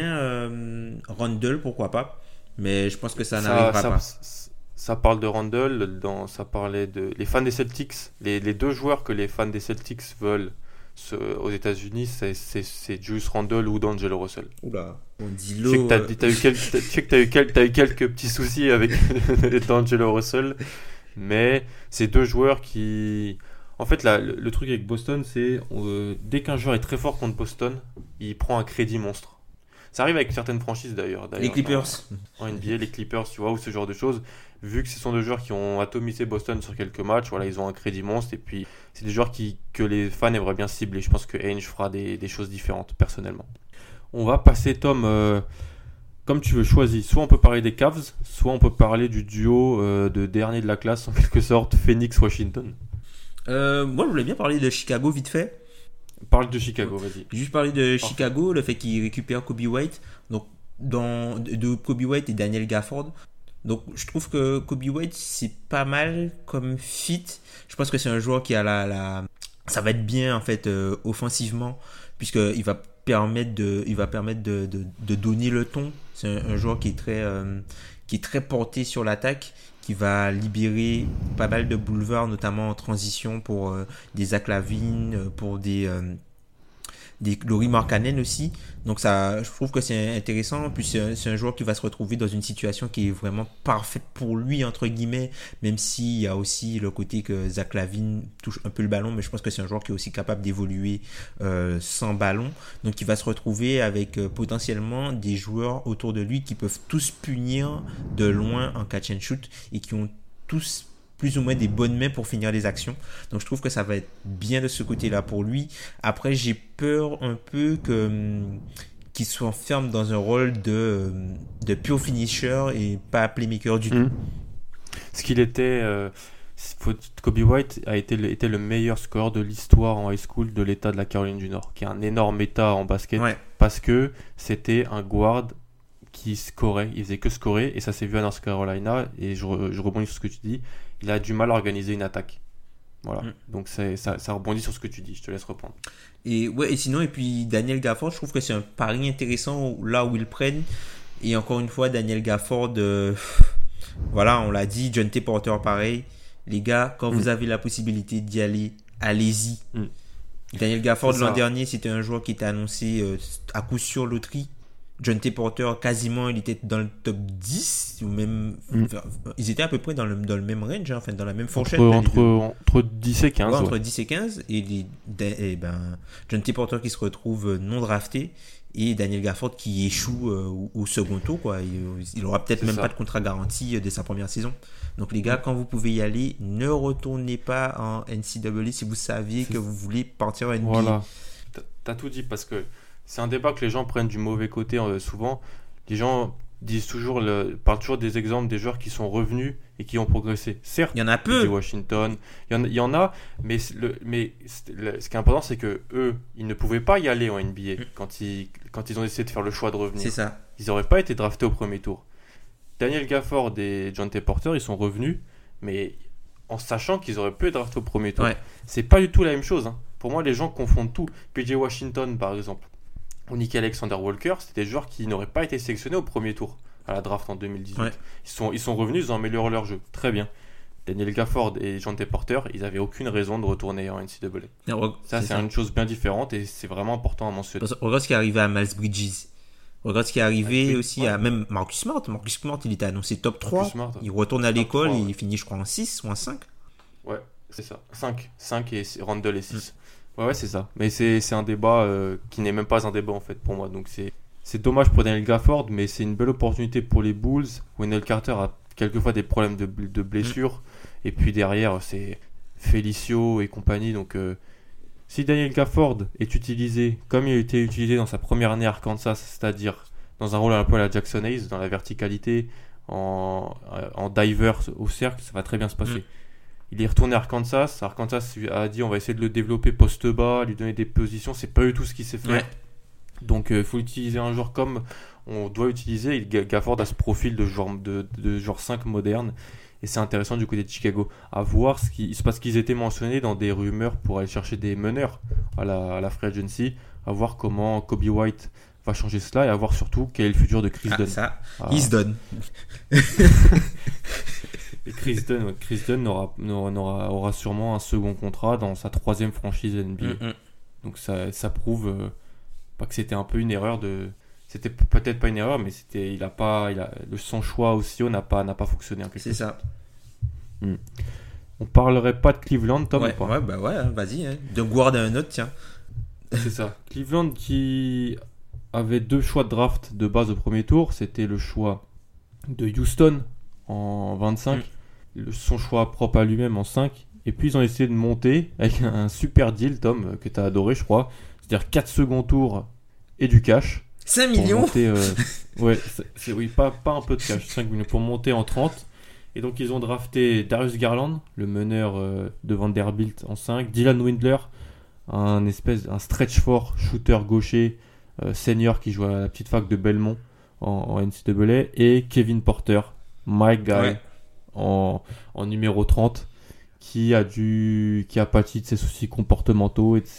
Randle, pourquoi pas, mais je pense que ça n'arrivera pas. Ça parle de Randle, ça parlait de les fans des Celtics, les 2 joueurs que les fans des Celtics veulent aux États-Unis, c'est Julius Randle ou D'Angelo Russell. Oula, on dit Je sais que t'as eu quelques petits soucis avec D'Angelo Russell, mais c'est 2 joueurs qui... En fait, le truc avec Boston, c'est dès qu'un joueur est très fort contre Boston, il prend un crédit monstre. Ça arrive avec certaines franchises d'ailleurs. Les Clippers. En NBA, les Clippers, tu vois, ou ce genre de choses. Vu que ce sont 2 joueurs qui ont atomisé Boston sur quelques matchs, voilà, ils ont un crédit monstre. Et puis, c'est des joueurs que les fans aimeraient bien cibler. Je pense que Ainge fera des choses différentes, personnellement. On va passer, Tom, comme tu veux, choisis. Soit on peut parler des Cavs, soit on peut parler du duo de dernier de la classe, en quelque sorte, Phoenix-Washington. Moi, je voulais bien parler de Chicago vite fait. Parle de Chicago, vas-y. Juste parler de Chicago, le fait qu'ils récupèrent Kobe White. Donc, de Kobe White et Daniel Gafford. Donc, je trouve que Kobe White, c'est pas mal comme fit. Je pense que c'est un joueur qui a ça va être bien, en fait, offensivement, puisqu'il va permettre de donner le ton. C'est un joueur qui est très porté sur l'attaque, qui va libérer pas mal de boulevards, notamment en transition pour des Zach LaVine, pour des Lauri Markkanen aussi. Donc ça, je trouve que c'est intéressant. Puis c'est un joueur qui va se retrouver dans une situation qui est vraiment parfaite pour lui, entre guillemets, même s'il y a aussi le côté que Zach LaVine touche un peu le ballon, mais je pense que c'est un joueur qui est aussi capable d'évoluer sans ballon. Donc il va se retrouver avec potentiellement des joueurs autour de lui qui peuvent tous punir de loin en catch and shoot et qui ont tous plus ou moins des bonnes mains pour finir les actions. Donc je trouve que ça va être bien de ce côté-là pour lui. Après, j'ai peur un peu qu'il s'enferme dans un rôle de pure finisher et pas playmaker du tout. Ce qu'il était... Kobe White a été le meilleur scoreur de l'histoire en high school de l'État de la Caroline du Nord, qui est un énorme État en basket, parce que c'était un guard qui scorait, il faisait que scorer, et ça s'est vu à North Carolina, et je rebondis sur ce que tu dis, il a du mal à organiser une attaque. Voilà, donc ça rebondit sur ce que tu dis, je te laisse reprendre. Et sinon, et puis Daniel Gafford, je trouve que c'est un pari intéressant là où ils prennent, et encore une fois, Daniel Gafford, voilà, on l'a dit, John T. Porter pareil, les gars, quand vous avez la possibilité d'y aller, allez-y. Daniel Gafford l'an dernier, c'était un joueur qui était annoncé à coup sûr loterie. John T. Porter, quasiment, il était dans le top 10, ou même, ils étaient à peu près dans le même range, enfin, dans la même fourchette. Entre 10 et 15. Ouais, entre 10 et 15. Et John T. Porter qui se retrouve non drafté, et Daniel Gafford qui échoue au second tour, quoi. Il aura peut-être pas de contrat garanti dès sa première saison. Donc, les gars, quand vous pouvez y aller, ne retournez pas en NCAA si vous saviez que vous voulez partir en NBA. Voilà. T'as tout dit, parce que c'est un débat que les gens prennent du mauvais côté souvent. Les gens parlent toujours des exemples des joueurs qui sont revenus et qui ont progressé. Certes, il y en a peu. Washington, il y en a, mais ce qui est important, c'est que eux, ils ne pouvaient pas y aller en NBA quand ils ont essayé de faire le choix de revenir. C'est ça. Ils n'auraient pas été draftés au premier tour. Daniel Gafford et John T. Porter, ils sont revenus, mais en sachant qu'ils auraient pu être draftés au premier tour. C'est pas du tout la même chose. Hein. Pour moi, les gens confondent tout. PJ Washington, par exemple, ou Nickel Alexander-Walker, c'était des joueurs qui n'auraient pas été sélectionnés au premier tour à la draft en 2018. Ils sont revenus, ils ont amélioré leur jeu. Très bien. Daniel Gafford et John T. Porter, ils n'avaient aucune raison de retourner en NCAA. Ça, c'est une chose bien différente et c'est vraiment important à mentionner. Regarde ce qui est arrivé à Miles Bridges. Regarde ce qui est arrivé aussi à même Marcus Smart. Marcus Smart, il était annoncé top 3. Smart, il retourne à l'école 3, et il finit, je crois, en 6 ou en 5. Ouais, c'est ça. 5 et Randle et 6. Ouais, c'est ça. Mais c'est un débat qui n'est même pas un débat en fait pour moi. Donc c'est dommage pour Daniel Gafford, mais c'est une belle opportunité pour les Bulls. Wendell Carter a quelquefois des problèmes de blessures. Et puis derrière, c'est Felicio et compagnie. Donc si Daniel Gafford est utilisé comme il a été utilisé dans sa première année à Arkansas, c'est-à-dire dans un rôle un peu à la Jackson Hayes, dans la verticalité, en diver au cercle, ça va très bien se passer. Il est retourné à Arkansas. Arkansas a dit on va essayer de le développer poste bas, lui donner des positions. C'est pas du tout ce qu'il sait faire. Ouais. Donc il faut utiliser un joueur comme on doit utiliser. Et Gafford a ce profil de joueur 5 moderne. Et c'est intéressant du côté de Chicago. À voir c'est parce qu'ils étaient mentionnés dans des rumeurs pour aller chercher des meneurs à la free agency. À voir comment Kobe White va changer cela et à voir surtout quel est le futur de Chris Dunn. Il se donne. Et Chris Dunn aura sûrement un second contrat dans sa 3e franchise NBA. Donc ça prouve pas que c'était un peu une erreur c'était peut-être pas une erreur, mais son choix aussi haut n'a pas fonctionné. C'est ça. On parlerait pas de Cleveland, Tom, Ouais, ou pas? vas-y. De guarder un autre, tiens. C'est ça. Cleveland qui avait 2 choix de draft de base au premier tour. C'était le choix de Houston en 25, son choix propre à lui-même en 5. Et puis ils ont essayé de monter avec un super deal, Tom, que tu as adoré, je crois. C'est-à-dire 4 seconds tours et du cash. 5 millions monter, ouais, oui, pas un peu de cash, 5 millions pour monter en 30. Et donc ils ont drafté Darius Garland, le meneur de Vanderbilt en 5, Dylan Windler, un stretch four, shooter gaucher, senior qui joue à la petite fac de Belmont en NCAA, et Kevin Porter, Mike Guy, en numéro 30, qui a pâti de ses soucis comportementaux et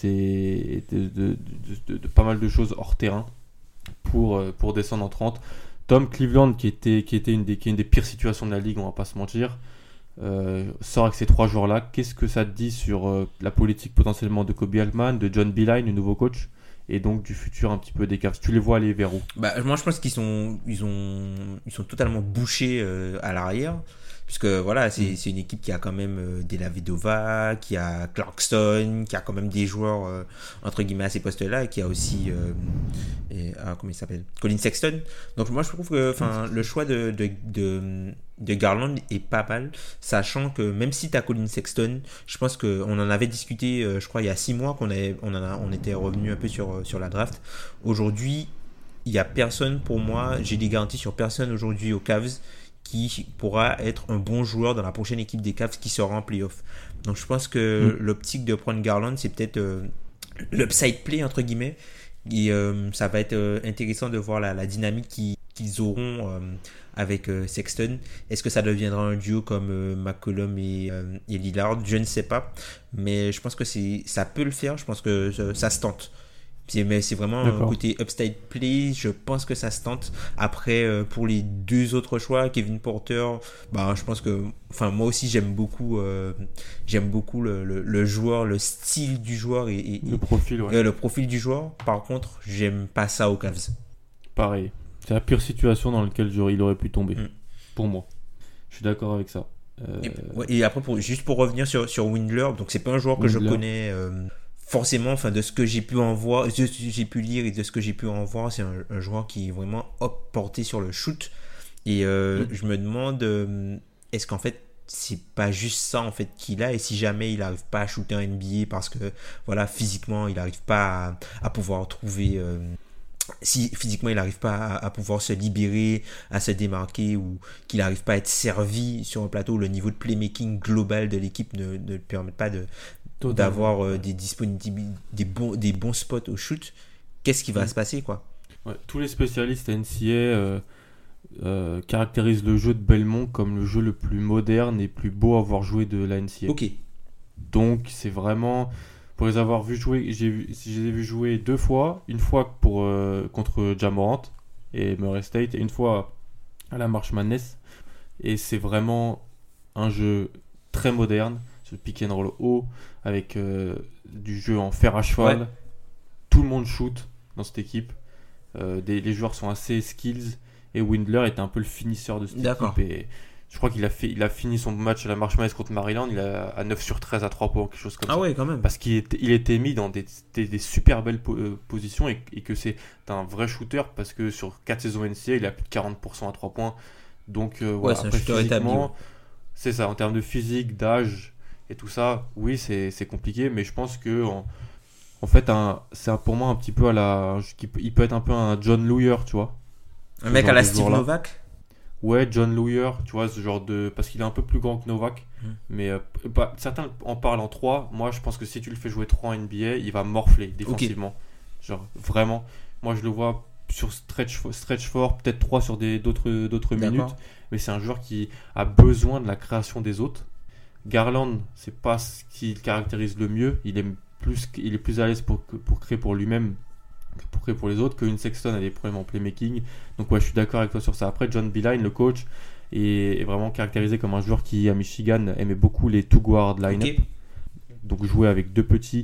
de pas mal de choses hors terrain pour descendre en 30. Tom, Cleveland, qui était une des pires situations de la ligue, on va pas se mentir, sort avec ces 3 joueurs-là. Qu'est-ce que ça te dit sur la politique potentiellement de Kobe Altman, de John Beilein, le nouveau coach, et donc du futur un petit peu des Cavs? Tu les vois aller vers où? Moi je pense qu'ils sont totalement bouchés à l'arrière, puisque voilà, c'est une équipe qui a quand même Della Vedova, qui a Clarkson, qui a quand même des joueurs entre guillemets à ces postes-là, et qui a aussi comment il s'appelle, Colin Sexton. Donc moi je trouve que le choix de Garland est pas mal, sachant que même si tu as Colin Sexton, je pense qu'on en avait discuté, je crois il y a 6 mois on était revenu un peu sur la draft. Aujourd'hui, il y a personne, pour moi, j'ai des garanties sur personne aujourd'hui aux Cavs qui pourra être un bon joueur dans la prochaine équipe des Cavs qui sera en playoff. Donc je pense que l'optique de prendre Garland, c'est peut-être l'upside play entre guillemets, et ça va être intéressant de voir la dynamique qu'ils auront avec Sexton. Est-ce que ça deviendra un duo comme McCollum et Lillard? Je ne sais pas, mais je pense que ça peut le faire. Je pense que ça se tente. Mais c'est vraiment un côté upside play, je pense que ça se tente. Après, pour les 2 autres choix, Kevin Porter, je pense que, moi aussi j'aime beaucoup le joueur, le style du joueur et le profil, le profil du joueur. Par contre, j'aime pas ça aux Cavs. Pareil, c'est la pire situation dans laquelle il aurait pu tomber, pour moi. Je suis d'accord avec ça. Et après, juste pour revenir sur Windler, donc c'est pas un joueur que je connais forcément, de ce que j'ai pu en voir, de ce que j'ai pu lire et de ce que j'ai pu en voir, c'est un joueur qui est vraiment porté sur le shoot. Et je me demande, est-ce qu'en fait, c'est pas juste ça en fait qu'il a, et si jamais il n'arrive pas à shooter en NBA parce que voilà, physiquement, il n'arrive pas à pouvoir trouver... si physiquement il n'arrive pas à pouvoir se libérer, à se démarquer, ou qu'il n'arrive pas à être servi sur un plateau, le niveau de playmaking global de l'équipe ne permet pas d'avoir des disponibilités, des bons spots au shoot, qu'est-ce qui va se passer quoi? Tous les spécialistes NCAA caractérisent le jeu de Belmont comme le jeu le plus moderne et plus beau à avoir joué de la NCAA. Ok. Donc c'est vraiment... Pour les avoir vus jouer, je les ai vus jouer 2 fois. Une fois contre Ja Morant et Murray State, et une fois à la March Madness. Et c'est vraiment un jeu très moderne, ce pick and roll haut, avec du jeu en fer à cheval. Ouais. Tout le monde shoot dans cette équipe. Les joueurs sont assez skills, et Windler était un peu le finisseur de cette équipe. Et Je crois qu'il a fini son match à la March Madness contre Maryland, il a à 9 sur 13 à 3 points, quelque chose comme ça. Ah ouais, quand même. Parce qu'il était mis dans des super belles positions et que c'est un vrai shooter parce que sur 4 saisons NCAA, il a plus de 40% à 3 points. Donc ouais, c'est après, un shooter établi. Ouais. C'est ça, en termes de physique, d'âge et tout ça, oui, c'est compliqué, mais je pense que en fait, c'est pour moi un petit peu il peut être un peu un John Lawyer, tu vois. Un mec à la Steve Novak. Ouais, John Lawyer, tu vois, ce genre de... Parce qu'il est un peu plus grand que Novak. Mais certains en parlent en 3. Moi, je pense que si tu le fais jouer 3 en NBA, il va morfler défensivement. Okay. Genre, vraiment. Moi, je le vois sur stretch fort, peut-être 3 sur d'autres minutes. Mais c'est un joueur qui a besoin de la création des autres. Garland, c'est pas ce qui le caractérise le mieux. Il est plus à l'aise pour créer pour lui-même que pour créer pour les autres. Qu'une Sexton a des problèmes en playmaking. Donc ouais, je suis d'accord avec toi sur ça. Après, John Beilein, le coach, est vraiment caractérisé comme un joueur qui, à Michigan, aimait beaucoup les two-guard line-up. Okay. Donc jouer avec 2 petits.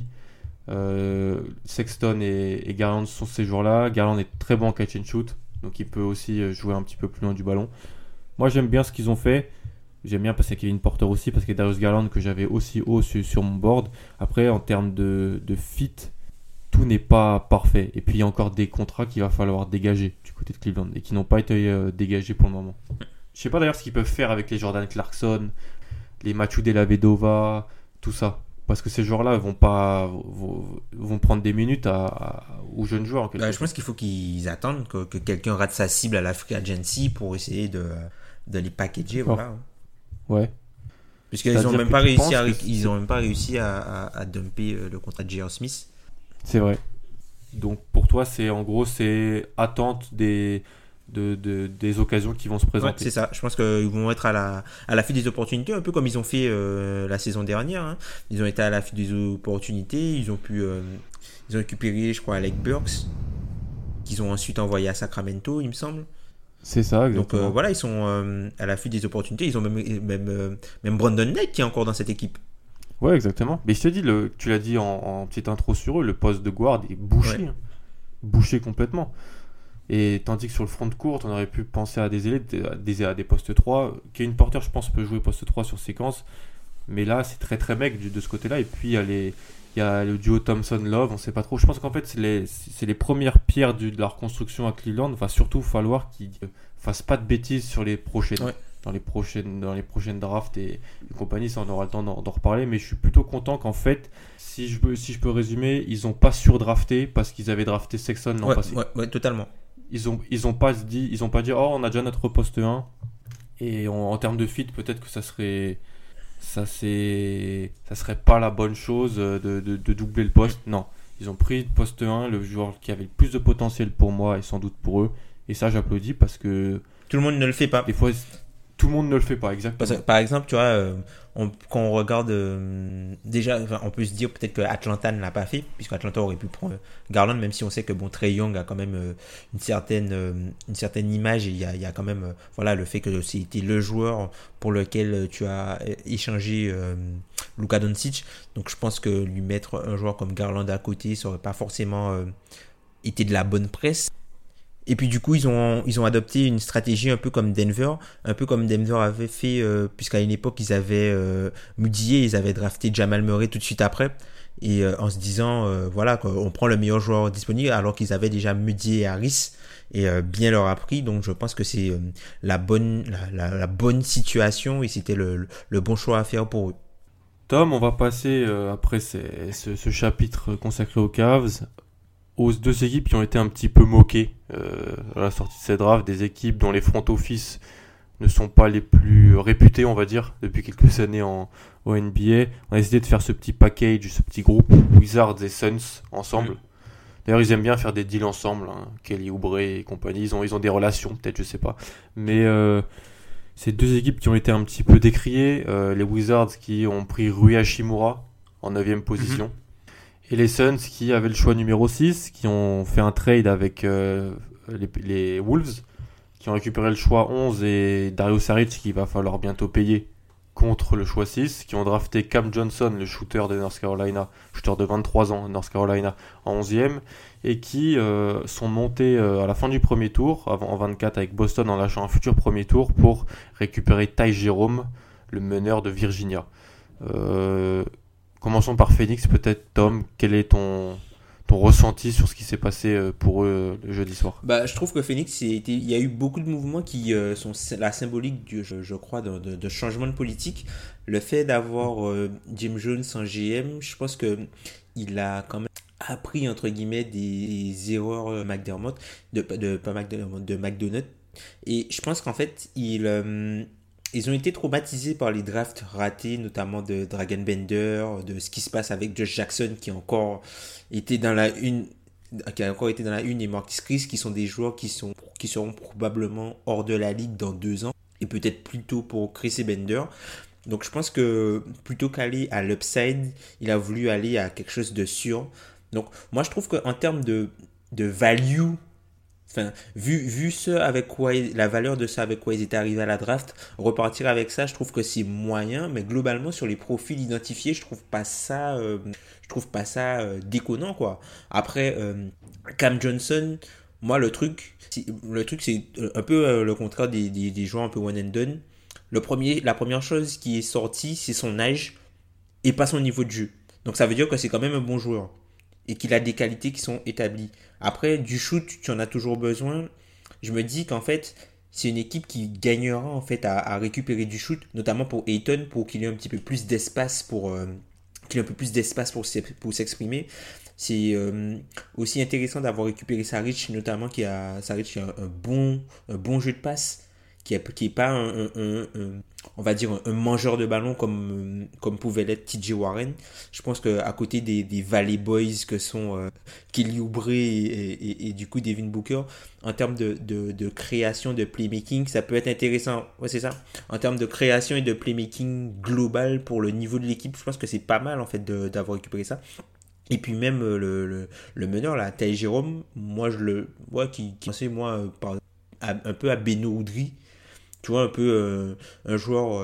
Sexton et Garland sont ces joueurs-là. Garland est très bon en catch and shoot. Donc il peut aussi jouer un petit peu plus loin du ballon. Moi, j'aime bien ce qu'ils ont fait. J'aime bien parce qu'il y a Kevin Porter aussi, parce qu'il y a Darius Garland que j'avais aussi haut sur mon board. Après, en termes de fit, tout n'est pas parfait. Et puis, il y a encore des contrats qu'il va falloir dégager du côté de Cleveland et qui n'ont pas été dégagés pour le moment. Je sais pas d'ailleurs ce qu'ils peuvent faire avec les Jordan Clarkson, les Mathieu Della Vedova, tout ça. Parce que ces joueurs-là vont prendre des minutes aux jeunes joueurs. Je pense qu'il faut qu'ils attendent que quelqu'un rate sa cible à la free agency pour essayer de les packager. Voilà. Ouais. Puisqu'ils n'ont même pas réussi à dumper le contrat de J.R. Smith. C'est vrai. Donc pour toi, c'est attente des occasions qui vont se présenter. Ouais, c'est ça. Je pense qu'ils vont être à l'affût des opportunités, un peu comme ils ont fait la saison dernière. Hein. Ils ont été à l'affût des opportunités. Ils ont récupéré, je crois, Alec Burks, qu'ils ont ensuite envoyé à Sacramento, il me semble. C'est ça, exactement. Donc voilà, ils sont à l'affût des opportunités. Ils ont même Brandon Knight qui est encore dans cette équipe. Ouais, exactement. Mais je te dis, tu l'as dit en petite intro sur eux, le poste de guard est bouché. Ouais. Hein. Bouché complètement. Et tandis que sur le front de court, on aurait pu penser à des postes 3. Kevin Porter, je pense, peut jouer poste 3 sur séquence. Mais là, c'est très très mec de ce côté-là. Et puis, il y a le duo Thompson-Love, on ne sait pas trop. Je pense qu'en fait, c'est les premières pierres de la reconstruction à Cleveland. Il va surtout falloir qu'ils ne fassent pas de bêtises sur les prochaines. Ouais. Dans les prochaines drafts et compagnie, ça on aura le temps d'en reparler, mais je suis plutôt content qu'en fait, si je peux résumer, ils n'ont pas surdrafté parce qu'ils avaient drafté Sexton l'an passé. Ouais, totalement. Ils ont pas dit oh on a déjà notre poste 1 et en termes de fit peut-être que ça serait pas la bonne chose de doubler le poste. Non, ils ont pris le poste 1, le joueur qui avait le plus de potentiel pour moi et sans doute pour eux, et ça j'applaudis parce que tout le monde ne le fait pas. Des fois tout le monde ne le fait pas, exactement. Parce que, par exemple, tu vois, quand on regarde déjà, on peut se dire peut-être que Atlanta ne l'a pas fait, puisque Atlanta aurait pu prendre Garland, même si on sait que Trae Young a quand même une certaine image, et il y a quand même le fait que c'était le joueur pour lequel tu as échangé Luka Doncic. Donc je pense que lui mettre un joueur comme Garland à côté, ça aurait pas forcément été de la bonne presse. Et puis du coup, ils ont adopté une stratégie un peu comme Denver avait fait, puisqu'à une époque, ils avaient Mudiay, ils avaient drafté Jamal Murray tout de suite après, et en se disant, on prend le meilleur joueur disponible, alors qu'ils avaient déjà Mudiay et Harris, et bien leur a pris. Donc je pense que c'est la bonne situation, et c'était le bon choix à faire pour eux. Tom, on va passer, après ce chapitre consacré aux Cavs, aux 2 équipes qui ont été un petit peu moquées à la sortie de ces drafts, des équipes dont les front office ne sont pas les plus réputés, on va dire, depuis quelques années au NBA. On a décidé de faire ce petit package, ce petit groupe Wizards et Suns ensemble. D'ailleurs, ils aiment bien faire des deals ensemble, hein, Kelly Oubre et compagnie. Ils ont des relations, peut-être, je sais pas. Mais ces 2 équipes qui ont été un petit peu décriées, les Wizards qui ont pris Rui Hachimura en 9e position. Et les Suns qui avaient le choix numéro 6, qui ont fait un trade avec les Wolves, qui ont récupéré le choix 11 et Dario Saric qu'il va falloir bientôt payer contre le choix 6, qui ont drafté Cam Johnson, le shooter de North Carolina, shooter de 23 ans, North Carolina, en 11e, et qui sont montés à la fin du premier tour, en 24 avec Boston, en lâchant un futur premier tour pour récupérer Ty Jerome, le meneur de Virginia. Commençons par Phoenix, peut-être. Tom, quel est ton ressenti sur ce qui s'est passé pour eux le jeudi soir? Je trouve que Phoenix, il y a eu beaucoup de mouvements qui sont la symbolique, je crois, de changement de politique. Le fait d'avoir Jim Jones en GM, je pense qu'il a quand même appris, entre guillemets, des erreurs McDermott, pas McDermott, de McDonough. Et je pense qu'en fait, ils ont été traumatisés par les drafts ratés, notamment de Dragan Bender, de ce qui se passe avec Josh Jackson, qui a encore été dans la une, et Marquise Chris, qui sont des joueurs qui seront probablement hors de la ligue dans 2 ans, et peut-être plus tôt pour Chris et Bender. Donc je pense que plutôt qu'aller à l'upside, il a voulu aller à quelque chose de sûr. Donc moi je trouve qu'en termes de value, enfin, vu ce avec quoi la valeur de ça avec quoi ils étaient arrivés à la draft, repartir avec ça, je trouve que c'est moyen, mais globalement sur les profils identifiés, je trouve pas ça déconnant quoi. Après Cam Johnson, moi le truc c'est un peu le contraire des joueurs un peu one and done. La première chose qui est sortie, c'est son âge et pas son niveau de jeu. Donc ça veut dire que c'est quand même un bon joueur et qu'il a des qualités qui sont établies. Après, du shoot, tu en as toujours besoin. Je me dis qu'en fait, c'est une équipe qui gagnera en fait à récupérer du shoot, notamment pour Ayton, pour qu'il ait un petit peu plus d'espace pour s'exprimer. C'est aussi intéressant d'avoir récupéré Saric, notamment Saric qui a un bon jeu de passe, qui est pas on va dire un mangeur de ballon comme pouvait l'être TJ Warren. Je pense qu'à côté des Valley Boys que sont Kelly Oubre et du coup Devin Booker, en termes de création, de playmaking, ça peut être intéressant. Ouais, c'est ça. En termes de création et de playmaking global pour le niveau de l'équipe, je pense que c'est pas mal en fait d'avoir récupéré ça. Et puis même le meneur là, Ty Jerome, moi je le vois qui pensait un peu à Beno Udrih. Tu vois, un peu un joueur,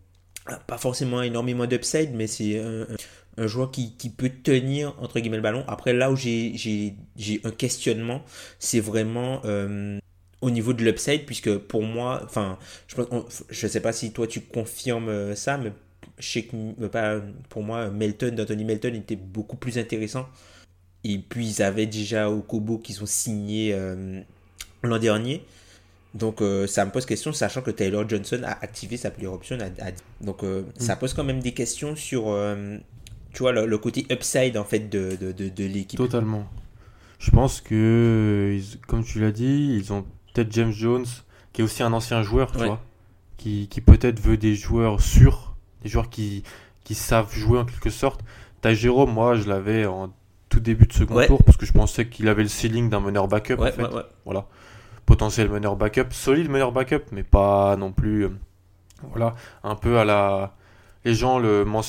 pas forcément énormément d'upside, mais c'est un joueur qui peut tenir, entre guillemets, le ballon. Après, là où j'ai un questionnement, c'est vraiment au niveau de l'upside, puisque pour moi, enfin, je sais pas si toi tu confirmes ça, mais je sais que pour moi, Anthony Melton était beaucoup plus intéressant. Et puis, ils avaient déjà Okobo qui sont signés l'an dernier. Donc ça me pose question, sachant que Taylor Johnson a activé sa player option. Donc ça pose quand même des questions sur tu vois, le côté upside en fait de l'équipe. Totalement. Je pense que, comme tu l'as dit, ils ont peut-être James Jones, qui est aussi un ancien joueur, tu vois, qui peut-être veut des joueurs sûrs, des joueurs qui savent jouer en quelque sorte. Ty Jerome, moi je l'avais en tout début de second tour, parce que je pensais qu'il avait le ceiling d'un meneur backup en fait. Voilà. Potentiel meneur backup, solide meneur backup, mais pas non plus voilà, un peu à la... Les gens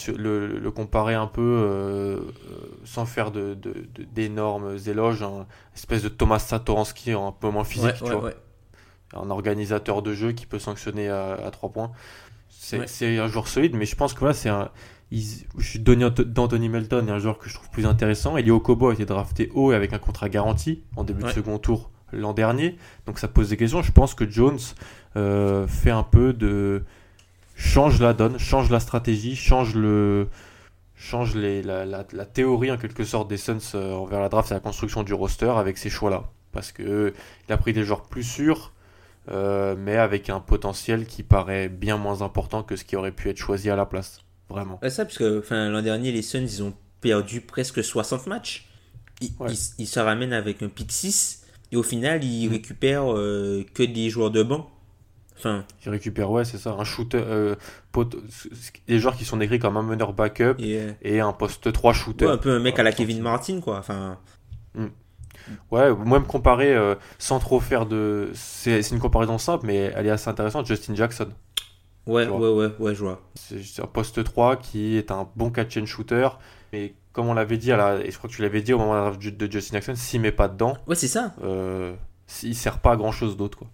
le comparaient un peu sans faire d'énormes éloges, une espèce de Thomas Satoransky un peu moins physique, tu vois. Un organisateur de jeu qui peut sanctionner à 3 points. C'est un joueur solide, mais je pense que là, je suis donné d'Anthony Melton, est un joueur que je trouve plus intéressant. Eli Okobo a été drafté haut et avec un contrat garanti en début de second tour l'an dernier, donc ça pose des questions. Je pense que Jones fait un peu change la donne, change la stratégie, change la théorie en quelque sorte des Suns envers la draft et la construction du roster avec ces choix-là, parce que il a pris des joueurs plus sûrs, mais avec un potentiel qui paraît bien moins important que ce qui aurait pu être choisi à la place, vraiment. Ça, parce que l'an dernier les Suns ils ont perdu presque 60 matchs, ils se ramènent avec un pick 6. Et au final, ils récupèrent que des joueurs de banc. Ils récupèrent, c'est ça, un shooter, des joueurs qui sont décrits comme un meneur backup et un poste 3 shooter. Un peu un mec à la Kevin Martin, quoi. Ouais, moi me comparer sans trop faire de... C'est une comparaison simple, mais elle est assez intéressante. Justin Jackson. Ouais, je vois. C'est un poste 3 qui est un bon catch and shooter, mais comme on l'avait dit, et je crois que tu l'avais dit au moment de Justin Jackson, s'il met pas dedans, c'est ça. Il sert pas à grand chose d'autre, quoi.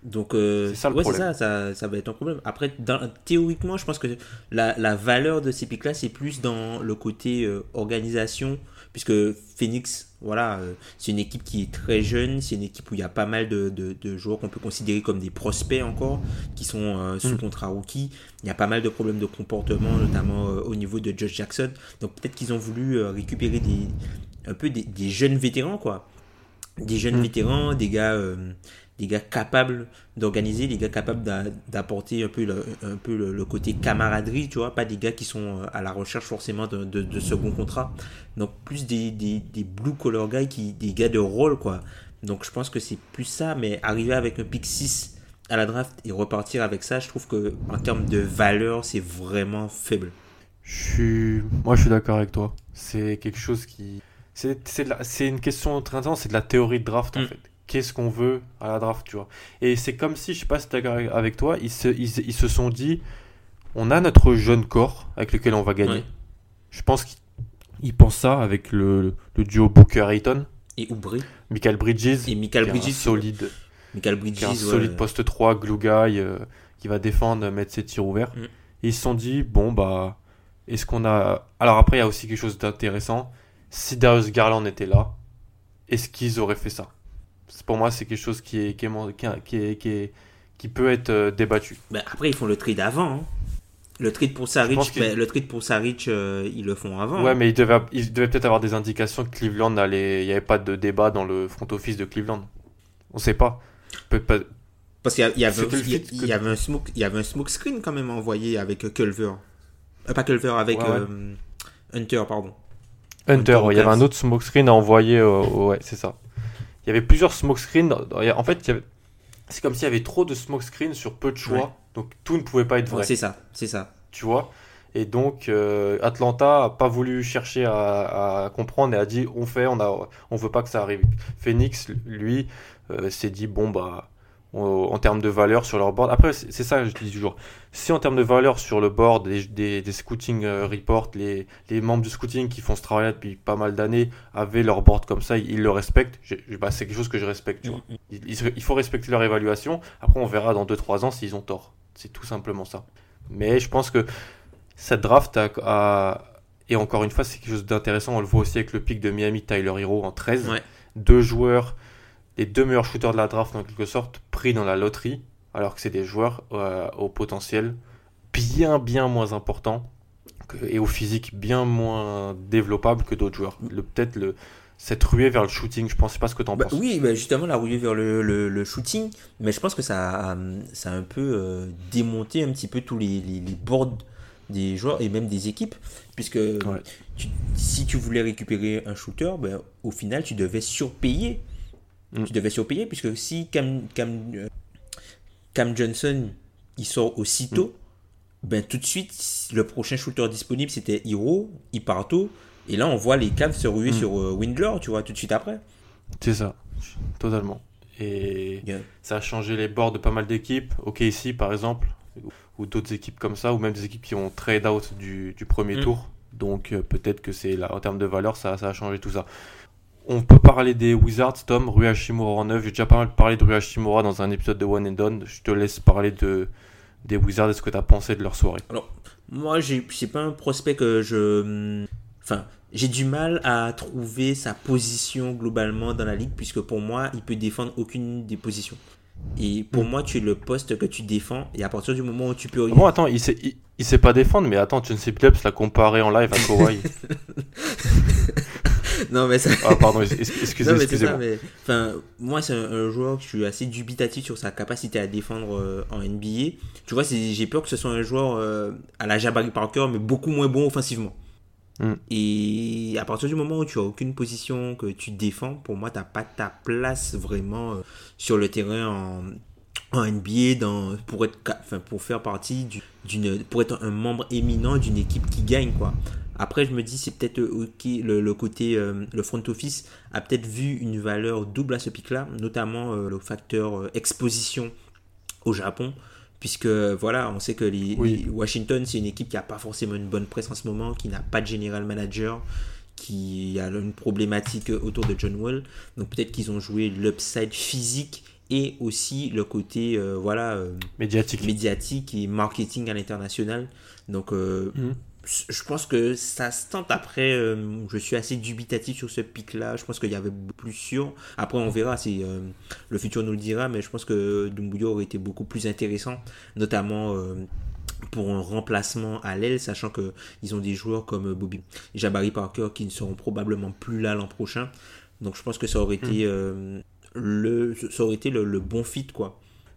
Donc, C'est ça le c'est problème. ça va être un problème. Après, théoriquement, je pense que la valeur de ces pics-là, c'est plus dans le côté organisation, puisque Phoenix, voilà, c'est une équipe qui est très jeune, c'est une équipe où il y a pas mal de joueurs qu'on peut considérer comme des prospects encore, qui sont sous contrat rookie. Il y a pas mal de problèmes de comportement, notamment au niveau de Josh Jackson. Donc, peut-être qu'ils ont voulu récupérer un peu des jeunes vétérans, quoi. Des jeunes vétérans, des gars capables d'organiser, des gars capables d'apporter un peu le côté camaraderie, tu vois, pas des gars qui sont à la recherche forcément de second contrat. Donc plus des blue collar guys, des gars de rôle, quoi. Donc je pense que c'est plus ça, mais arriver avec un pick 6 à la draft et repartir avec ça, je trouve que en termes de valeur, c'est vraiment faible. Moi, je suis d'accord avec toi. C'est quelque chose qui. C'est une question très intéressante, c'est de la théorie de draft en fait. Qu'est-ce qu'on veut à la draft, tu vois. Et c'est comme si, je sais pas si tu es d'accord avec toi, ils se sont dit, on a notre jeune corps avec lequel on va gagner. Ouais. Je pense qu'ils pensent ça avec le duo Booker-Ayton. Et Oubre. Michael Bridges. Et Michael qui est un Bridges. solide. Michael Bridges, Qui est un solide poste 3, glue guy, qui va défendre, mettre ses tirs ouverts. Et ils se sont dit, bon, bah, est-ce qu'on a. Alors après, il y a aussi quelque chose d'intéressant. Si Darius Garland était là, est-ce qu'ils auraient fait ça? Pour moi, c'est quelque chose qui peut être débattu. Ben, après, ils font le trade avant. Hein. Le trade pour Saric, ils le font avant. Ouais, hein. mais ils devaient peut-être avoir des indications que Cleveland allait. Il n'y avait pas de débat dans le front office de Cleveland. On sait pas. Peut-être pas. Parce qu'il y avait un smoke screen quand même envoyé avec Culver. Pas Culver, avec Hunter, pardon. Hunter, il y avait un autre smokescreen à envoyer. Ouais, c'est ça. Il y avait plusieurs smokescreens. En fait, c'est comme s'il y avait trop de smokescreens sur peu de choix. Ouais. Donc tout ne pouvait pas être vrai. Ouais, c'est ça. Tu vois. Et donc, Atlanta n'a pas voulu chercher à comprendre et a dit on veut pas que ça arrive. Phoenix, lui, s'est dit bon, bah. En termes de valeur sur leur board. Après, c'est ça que je dis toujours. Si en termes de valeur sur le board, des scouting reports, les membres du scouting qui font ce travail depuis pas mal d'années avaient leur board comme ça, ils le respectent. C'est quelque chose que je respecte. Tu vois. Il faut respecter leur évaluation. Après, on verra dans 2-3 ans s'ils ont tort. C'est tout simplement ça. Mais je pense que cette draft et encore une fois, c'est quelque chose d'intéressant. On le voit aussi avec le pick de Miami, Tyler Hero en 13. Ouais. 2 joueurs. Les 2 meilleurs shooters de la draft, en quelque sorte, pris dans la loterie, alors que c'est des joueurs au potentiel bien moins important et au physique bien moins développable que d'autres joueurs. Cette ruée vers le shooting, je ne sais pas ce que tu en penses. Oui, justement, la ruée vers le shooting, mais je pense que ça a un peu démonté un petit peu tous les boards des joueurs et même des équipes, puisque si tu voulais récupérer un shooter, au final, tu devais surpayer. Tu devais surpayer, puisque si Cam Johnson il sort aussitôt, tout de suite, le prochain shooter disponible c'était Hero, il part tôt, et là on voit les Cavs se ruer sur Windler, tu vois, tout de suite après. C'est ça, totalement. Et ça a changé les boards de pas mal d'équipes, OKC par exemple, ou d'autres équipes comme ça, ou même des équipes qui ont trade out du premier tour. Donc peut-être que c'est là, en termes de valeur, ça a changé tout ça. On peut parler des Wizards, Tom, Rui Hachimura en 9. J'ai déjà pas mal parlé de Rui Hachimura dans un épisode de One and Done. Je te laisse parler des Wizards et ce que tu as pensé de leur soirée. Alors, moi, c'est pas un prospect que j'ai du mal à trouver sa position globalement dans la ligue, puisque pour moi, il peut défendre aucune des positions. Et pour moi, tu es le poste que tu défends, et à partir du moment où tu peux... Bon, attends, il sait pas défendre, mais attends, Chauncey Billups l'a comparé en live à Kawhi. Non mais ça... Ah pardon, excusez-moi. Moi c'est un joueur que je suis assez dubitatif sur sa capacité à défendre en NBA. Tu vois, j'ai peur que ce soit un joueur à la Jabari Parker, mais beaucoup moins bon offensivement. Et à partir du moment où tu as aucune position que tu défends, pour moi t'as pas ta place vraiment sur le terrain en NBA pour faire partie pour être un membre éminent d'une équipe qui gagne, quoi. Après, je me dis, c'est peut-être le côté, le front office a peut-être vu une valeur double à ce pic-là, notamment le facteur exposition au Japon, puisque voilà, on sait que les Washington, c'est une équipe qui n'a pas forcément une bonne presse en ce moment, qui n'a pas de general manager, qui a une problématique autour de John Wall. Donc peut-être qu'ils ont joué l'upside physique et aussi le côté médiatique et marketing à l'international. Donc je pense que ça se tente. Après, je suis assez dubitatif sur ce pic-là. Je pense qu'il y avait plus sûr. Après, on verra si le futur nous le dira. Mais je pense que Doumbouya aurait été beaucoup plus intéressant, notamment pour un remplacement à l'aile, sachant qu'ils ont des joueurs comme Bobby Jabari Parker qui ne seront probablement plus là l'an prochain. Donc, je pense que ça aurait été le bon fit, quoi.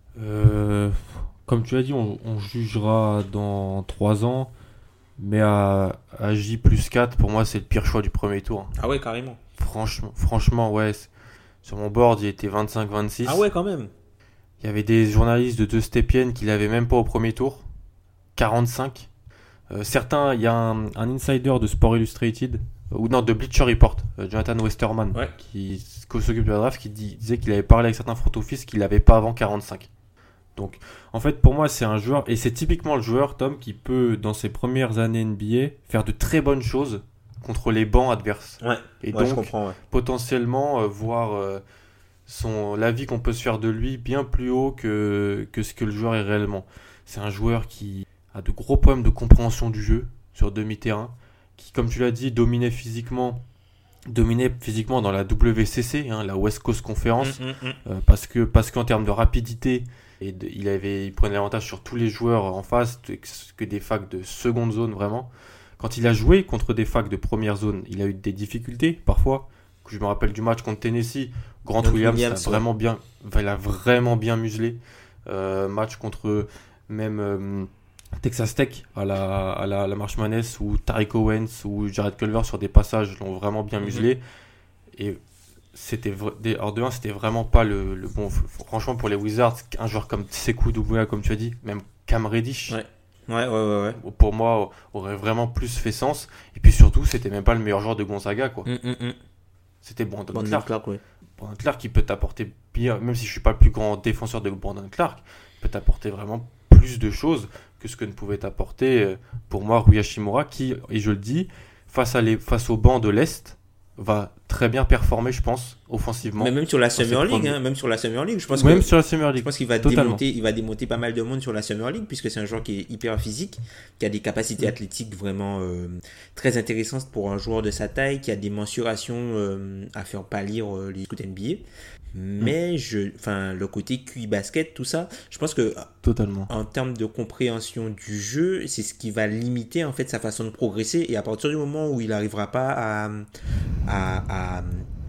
Comme tu as dit, on jugera dans 3 ans. Mais à J plus 4, pour moi, c'est le pire choix du premier tour. Ah ouais, carrément. Franchement, ouais. Sur mon board, il était 25-26. Ah ouais, quand même. Il y avait des journalistes de De Stepien qui l'avaient même pas au premier tour. 45. Certains, il y a un insider de Sport Illustrated, de Bleacher Report, Jonathan Westerman, qui s'occupe de la draft, qui disait qu'il avait parlé avec certains front office qu'il l'avait pas avant 45. Donc, en fait, pour moi, c'est un joueur, et c'est typiquement le joueur, Tom, qui peut, dans ses premières années NBA, faire de très bonnes choses contre les bancs adverses. Ouais, et donc, je comprends, potentiellement, voir l'avis qu'on peut se faire de lui bien plus haut que ce que le joueur est réellement. C'est un joueur qui a de gros problèmes de compréhension du jeu sur demi-terrain, qui, comme tu l'as dit, dominait physiquement dans la WCC, la West Coast Conference, parce qu'en termes de rapidité, il prenait l'avantage sur tous les joueurs en face, que des facs de seconde zone vraiment. Quand il a joué contre des facs de première zone, il a eu des difficultés parfois. Je me rappelle du match contre Tennessee, Grant Williams il a vraiment bien muselé. Match contre même Texas Tech à la March Madness, où Tariq Owens ou Jared Culver sur des passages l'ont vraiment bien muselé. Et c'était vraiment pas le bon. Franchement, pour les Wizards, un joueur comme Sekou Doumbouya, comme tu as dit, même Cam Reddish, pour moi, aurait vraiment plus fait sens. Et puis surtout, c'était même pas le meilleur joueur de Gonzaga, quoi. C'était Brandon Clark. Brandon Clark qui peut t'apporter bien, même si je suis pas le plus grand défenseur de Brandon Clark, peut t'apporter vraiment plus de choses que ce que ne pouvait apporter pour moi Rui Hachimura, qui, et je le dis, face au banc de l'Est, va très bien performer, je pense, offensivement. Mais même sur la Summer League, je pense je pense qu'il va démonter pas mal de monde sur la Summer League, puisque c'est un joueur qui est hyper physique, qui a des capacités athlétiques vraiment très intéressantes pour un joueur de sa taille, qui a des mensurations à faire pâlir les scouts NBA. Mais le côté QI basket, tout ça, je pense que totalement, en termes de compréhension du jeu, c'est ce qui va limiter en fait sa façon de progresser. Et à partir du moment où il n'arrivera pas à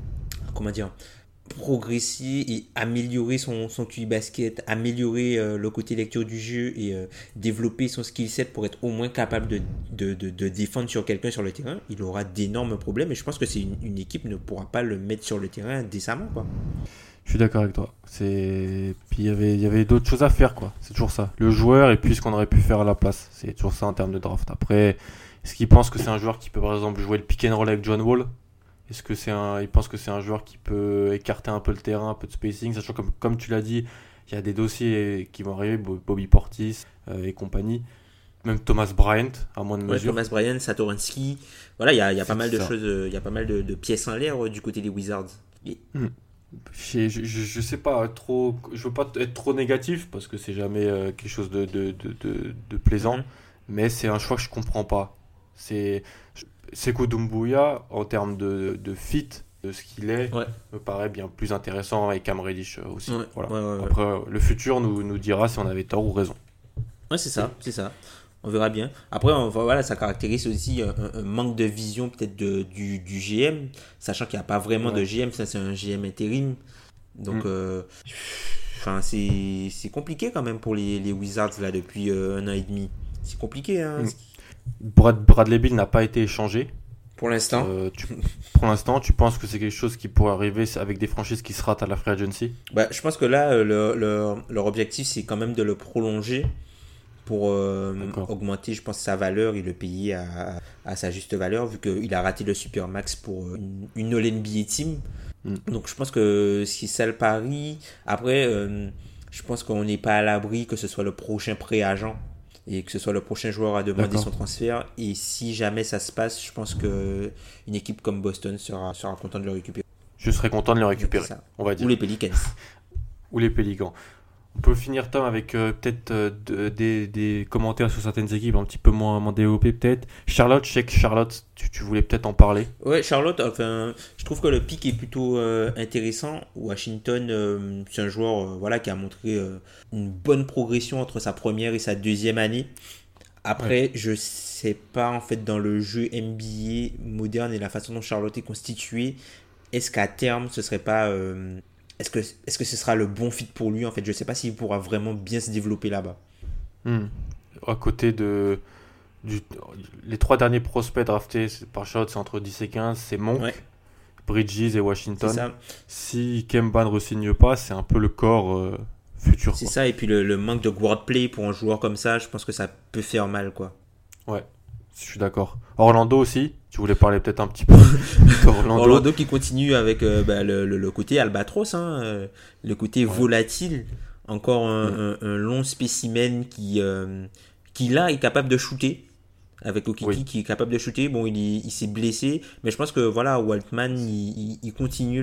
progresser et améliorer son QI basket, améliorer le côté lecture du jeu et développer son skill set pour être au moins capable de défendre sur quelqu'un sur le terrain, il aura d'énormes problèmes. Et je pense que une équipe ne pourra pas le mettre sur le terrain décemment, quoi. Je suis d'accord avec toi. Puis il y avait d'autres choses à faire, quoi. C'est toujours ça. Le joueur et puis ce qu'on aurait pu faire à la place. C'est toujours ça en termes de draft. Après, est-ce qu'il pense que c'est un joueur qui peut par exemple jouer le pick and roll avec John Wall? Est-ce que il pense que c'est un joueur qui peut écarter un peu le terrain, un peu de spacing, sachant que comme tu l'as dit, il y a des dossiers qui vont arriver, Bobby Portis et compagnie, même Thomas Bryant à moins de mesure. Thomas Bryant, Satoransky, voilà, il y a pas mal de choses, il y a pas mal de pièces en l'air du côté des Wizards. Je sais pas trop, je veux pas être trop négatif parce que c'est jamais quelque chose de plaisant, mais c'est un choix que je comprends pas. Sekou Doumbouya, en termes de fit, de ce qu'il est, me paraît bien plus intéressant, et Cam Reddish aussi. Après, le futur nous dira si on avait tort ou raison. Ouais, c'est ça. On verra bien. Après, ça caractérise aussi un manque de vision peut-être du GM, sachant qu'il n'y a pas vraiment de GM, ça c'est un GM intérim. Donc, c'est compliqué quand même pour les Wizards là depuis 1 an et demi. C'est compliqué, hein. Bradley Beal n'a pas été échangé. Pour l'instant. Pour l'instant, tu penses que c'est quelque chose qui pourrait arriver avec des franchises qui se ratent à la free agency? Je pense que là, leur objectif, c'est quand même de le prolonger pour augmenter, je pense, sa valeur et le payer à sa juste valeur, vu qu'il a raté le Supermax pour une All-NBA team. Donc, je pense que c'est ça le pari. Après, je pense qu'on n'est pas à l'abri que ce soit le prochain pré-agent et que ce soit le prochain joueur à demander son transfert. Et si jamais ça se passe, je pense qu'une équipe comme Boston sera contente de le récupérer. Je serais content de le récupérer, on va dire. Ou les Pelicans. ou les Pélicans. On peut finir, Tom, avec peut-être des commentaires sur certaines équipes un petit peu moins développées peut-être. Charlotte, je sais que Charlotte, tu voulais peut-être en parler. Ouais, Charlotte, enfin, je trouve que le pick est plutôt intéressant. Washington, c'est un joueur voilà, qui a montré une bonne progression entre sa première et sa deuxième année. Après, je sais pas, en fait, dans le jeu NBA moderne et la façon dont Charlotte est constituée, est-ce qu'à terme, ce serait pas... est-ce que ce sera le bon fit pour lui, en fait? Je sais pas s'il pourra vraiment bien se développer là-bas. À côté les 3 derniers prospects draftés par Charlotte, c'est entre 10 et 15, c'est Monk, Bridges et Washington. C'est ça. Si Kemba ne re-signe pas, c'est un peu le corps futur. C'est quoi. ça, et puis le manque de guard play pour un joueur comme ça, je pense que ça peut faire mal, quoi. Ouais, je suis d'accord. Orlando aussi, tu voulais parler peut-être un petit peu d'Orlando. Orlando qui continue avec le côté albatros, le côté volatile. Encore un long spécimen qui là est capable de shooter. Avec Okiki qui est capable de shooter. Bon, il s'est blessé, mais je pense que voilà, Waltman, il continue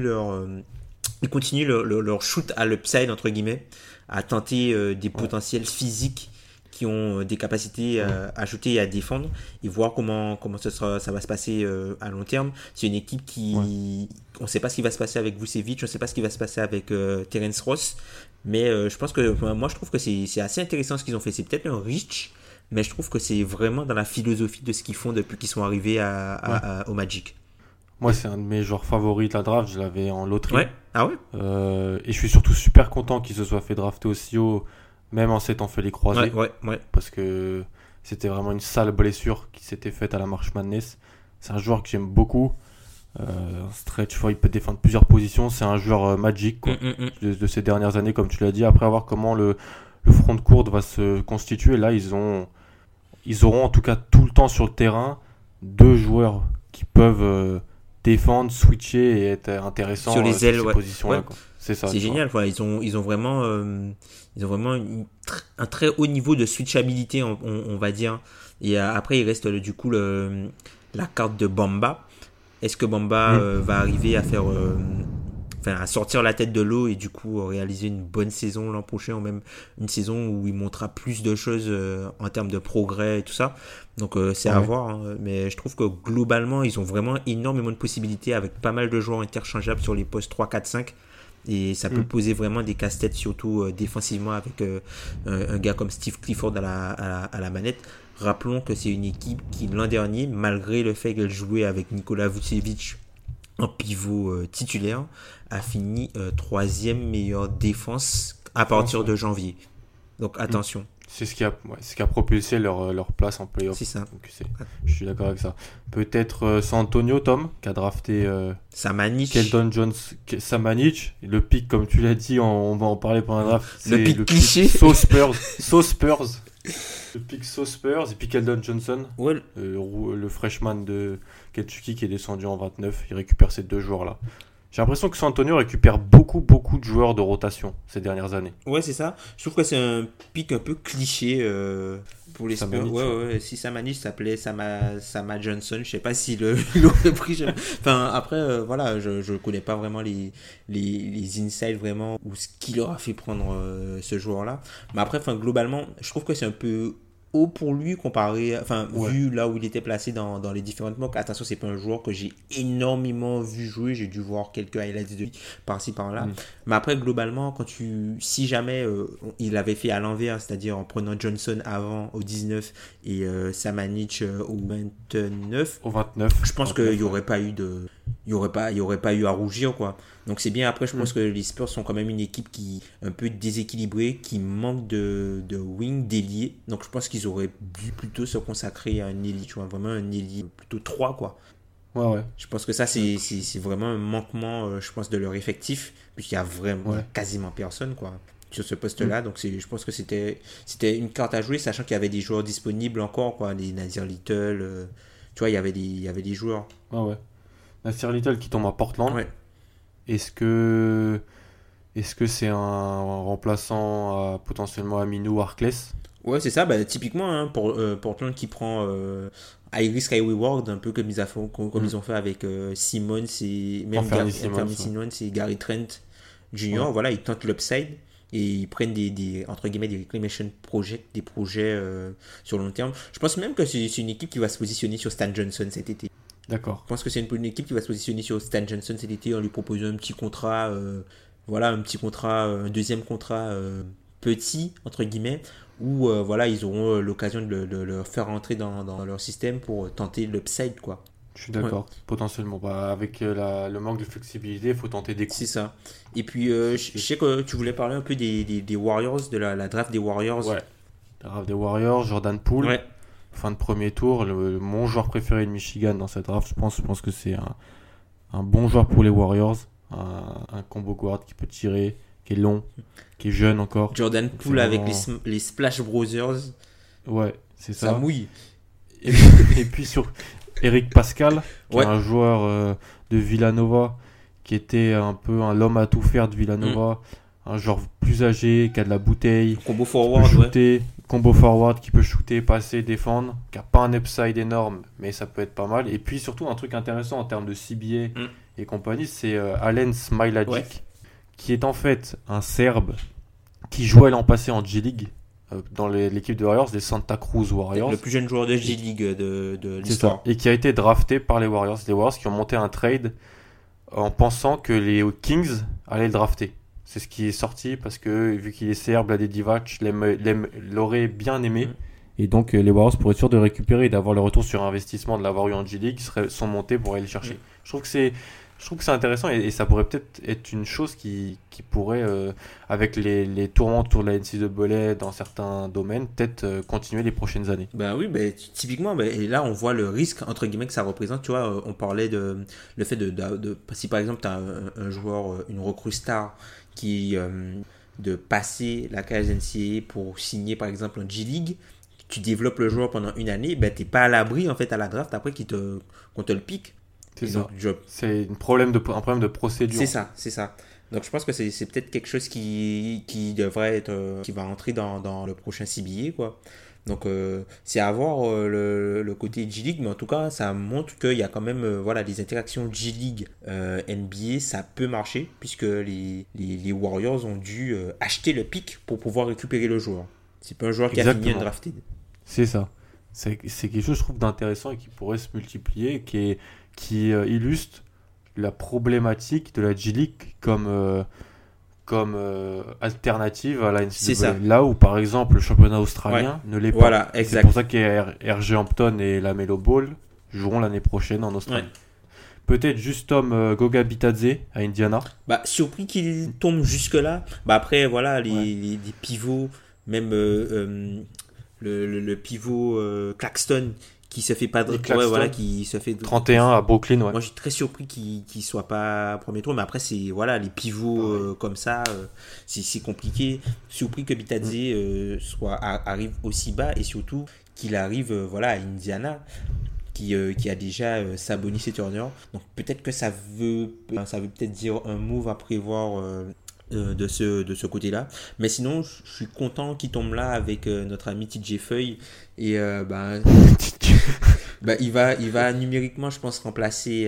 leur shoot à l'upside, entre guillemets, à tenter des potentiels physiques qui ont des capacités à shooter et à défendre, et voir comment ça va se passer à long terme. C'est une équipe qui... On ne sait pas ce qui va se passer avec Vucevic, on ne sait pas ce qui va se passer avec Terence Ross, mais je pense que... moi, je trouve que c'est assez intéressant ce qu'ils ont fait. C'est peut-être un reach, mais je trouve que c'est vraiment dans la philosophie de ce qu'ils font depuis qu'ils sont arrivés au Magic. Moi, c'est un de mes joueurs favoris de la draft. Je l'avais en loterie. Ouais. Ah ouais. Et je suis surtout super content qu'il se soit fait drafter aussi haut, même en s'étant fait les croisés. Ouais. Parce que c'était vraiment une sale blessure qui s'était faite à la March Madness. C'est un joueur que j'aime beaucoup. Stretch, il peut défendre plusieurs positions. C'est un joueur magique quoi, de ces dernières années, comme tu l'as dit. Après, à voir comment le front de court va se constituer. Là, ils auront en tout cas tout le temps sur le terrain 2 joueurs qui peuvent défendre, switcher et être intéressants sur les ailes, ces positions-là. Quoi. C'est ça. C'est génial. Voilà, ils ont vraiment un très haut niveau de switchabilité, on va dire. Et après, il reste du coup la carte de Bamba. Est-ce que Bamba va arriver à faire... à sortir la tête de l'eau et du coup réaliser une bonne saison l'an prochain, ou même une saison où il montrera plus de choses en termes de progrès et tout ça. Donc c'est à voir, hein. Mais je trouve que globalement ils ont vraiment énormément de possibilités avec pas mal de joueurs interchangeables sur les postes 3, 4, 5, et ça peut poser vraiment des casse-têtes, surtout défensivement, avec un gars comme Steve Clifford à la manette. Rappelons que c'est une équipe qui l'an dernier, malgré le fait qu'elle jouait avec Nikola Vucevic en pivot titulaire, a fini 3e meilleure défense à partir de janvier. Donc attention. C'est ce qui a propulsé leur place en playoff. C'est ça. Donc, je suis d'accord avec ça. Peut-être San Antonio, Tom, qui a drafté Samanic. Keldon Jones, Samanic. Le pick, comme tu l'as dit, on va en parler pendant la draft. Le pick cliché. So Spurs. Le pick So Spurs. Et puis Keldon Johnson, le freshman de Kentucky qui est descendu en 29. Il récupère ces 2 joueurs-là. J'ai l'impression que San Antonio récupère beaucoup de joueurs de rotation ces dernières années. Ouais, c'est ça. Je trouve que c'est un pick un peu cliché pour les Spurs. Ouais. Si Samanic s'appelait Sama Johnson, je sais pas si l'aurait pris. Enfin, après, voilà, je connais pas vraiment les insights vraiment ou ce qui leur a fait prendre ce joueur-là. Mais après, globalement, je trouve que c'est un peu haut pour lui comparé, vu là où il était placé dans les différentes mocks. Attention, c'est pas un joueur que j'ai énormément vu jouer, j'ai dû voir quelques highlights de lui par-ci par-là, mais après globalement, si jamais il avait fait à l'envers, c'est-à-dire en prenant Johnson avant au 19 et Samanic au 29, je pense qu'il y aurait pas eu à rougir, quoi. Donc c'est bien. Après, je pense que les Spurs sont quand même une équipe qui est un peu déséquilibrée, qui manque de wing, d'ailier. Donc je pense qu'ils auraient dû plutôt se consacrer à un ailier, tu vois, vraiment un ailier plutôt 3, quoi. Ouais. Je pense que ça, c'est vraiment un manquement, je pense, de leur effectif, puisqu'il y a vraiment quasiment personne, quoi, sur ce poste-là. Donc je pense que c'était une carte à jouer, sachant qu'il y avait des joueurs disponibles encore, quoi, des Nasir Little, tu vois, il y avait des joueurs. Ouais. Nasir Little qui tombe à Portland. Ouais. Est-ce que c'est un remplaçant potentiellement à Minou Harkless? Ouais, c'est ça. Typiquement, pour Portland qui prend Iris Kyle-Ward, un peu comme ils ont fait avec Simmons et même Anthony Simmons et Gary Trent junior, Ouais. voilà, ils tentent l'upside et ils prennent entre guillemets, des reclamation projects, des projets sur le long terme. Je pense même que c'est une équipe qui va se positionner sur Stan Johnson cet été. D'accord. Je pense que c'est une équipe qui va se positionner sur Stan Johnson cet été en lui proposant un petit contrat, voilà, un petit contrat, un deuxième contrat petit, entre guillemets, où voilà, ils auront l'occasion de le faire rentrer dans leur système pour tenter l'upside, quoi. Je suis d'accord. Potentiellement. Bah, avec le manque de flexibilité, il faut tenter des coups. C'est ça. Et puis, je sais que tu voulais parler un peu des Warriors, de la draft des Warriors. Ouais. Draft des Warriors, Jordan Poole. Ouais. Fin de premier tour, mon joueur préféré de Michigan dans cette draft, je pense que c'est un bon joueur pour les Warriors, un combo guard qui peut tirer, qui est long, qui est jeune encore. Jordan Donc, Poole c'est avec vraiment- les Splash Brothers, Ouais, c'est ça ça. mouille. Et puis sur Eric Pascal, qui Ouais. est un joueur de Villanova, qui était un peu l'homme à tout faire de Villanova, un joueur plus âgé, qui a de la bouteille, Combo qui peut forward, ouais. shooter, combo forward, qui peut shooter, passer, défendre, qui n'a pas un upside énorme, mais ça peut être pas mal. Et puis surtout un truc intéressant en termes de CBA et compagnie, c'est Alen Smilagic, Ouais. qui est en fait un Serbe qui jouait l'an passé en G-League dans l'équipe de Warriors, les Santa Cruz Warriors. Le plus jeune joueur de G-League de C'est ça. l'histoire. Et qui a été drafté par les Warriors. Les Warriors qui ont monté un trade en pensant que les Kings allaient le drafter. C'est ce qui est sorti parce que vu qu'il est serbe, Vlade Divac l'aurait bien aimé. Et donc les Warriors, pour être sûr de le récupérer et d'avoir le retour sur investissement de l'avoir eu en G-League, sont montés pour aller le chercher. Je trouve que c'est intéressant et ça pourrait peut-être être une chose qui pourrait, avec les tourments autour de la NCAA dans certains domaines, peut-être continuer les prochaines années. Ben oui, ben, typiquement, ben, et là on voit le risque entre guillemets que ça représente. Tu vois, on parlait de le fait de si par exemple tu as un joueur, une recrue star qui de passer la case NCAA pour signer par exemple en G-League, tu développes le joueur pendant une année, ben t'es pas à l'abri en fait à la draft après qu'on te le pique. C'est Et ça. donc, C'est un problème de procédure. c'est ça. Donc je pense que c'est peut-être quelque chose qui devrait être, qui va entrer dans le prochain CBA, quoi. Donc c'est à voir le côté G-League, mais en tout cas ça montre qu'il y a quand même voilà, des interactions G-League NBA, ça peut marcher puisque les Warriors ont dû acheter le pick pour pouvoir récupérer le joueur. C'est pas un joueur qui a fini Exactement. undrafted. C'est ça. C'est quelque chose, je trouve, d'intéressant et qui pourrait se multiplier, qui illustre la problématique de la G-League comme alternative à la NCAA. C'est ça. Là où, par exemple, le championnat australien ne l'est pas. Voilà, Et exact. c'est pour ça que RG Hampton et la Melo Ball joueront l'année prochaine en Australie. Ouais. Peut-être juste Tom Goga Bitadze à Indiana. Bah, surpris qu'il tombe jusque-là. Bah, après, voilà, les pivots, même le pivot Claxton qui se fait pas Et Claxton, ouais, voilà, qui se fait 31 à Brooklyn, ouais. Moi, je suis très surpris qu'il soit pas premier tour, mais après, c'est voilà, les pivots comme ça, c'est compliqué. Surpris que Bitadze arrive aussi bas et surtout qu'il arrive voilà, à Indiana. Qui a déjà Sabonis et Turner. Donc peut-être que ça veut peut-être dire un move à prévoir de ce côté-là. Mais sinon, je suis content qu'il tombe là avec notre ami TJ Feuille. Et il va numériquement, je pense, remplacer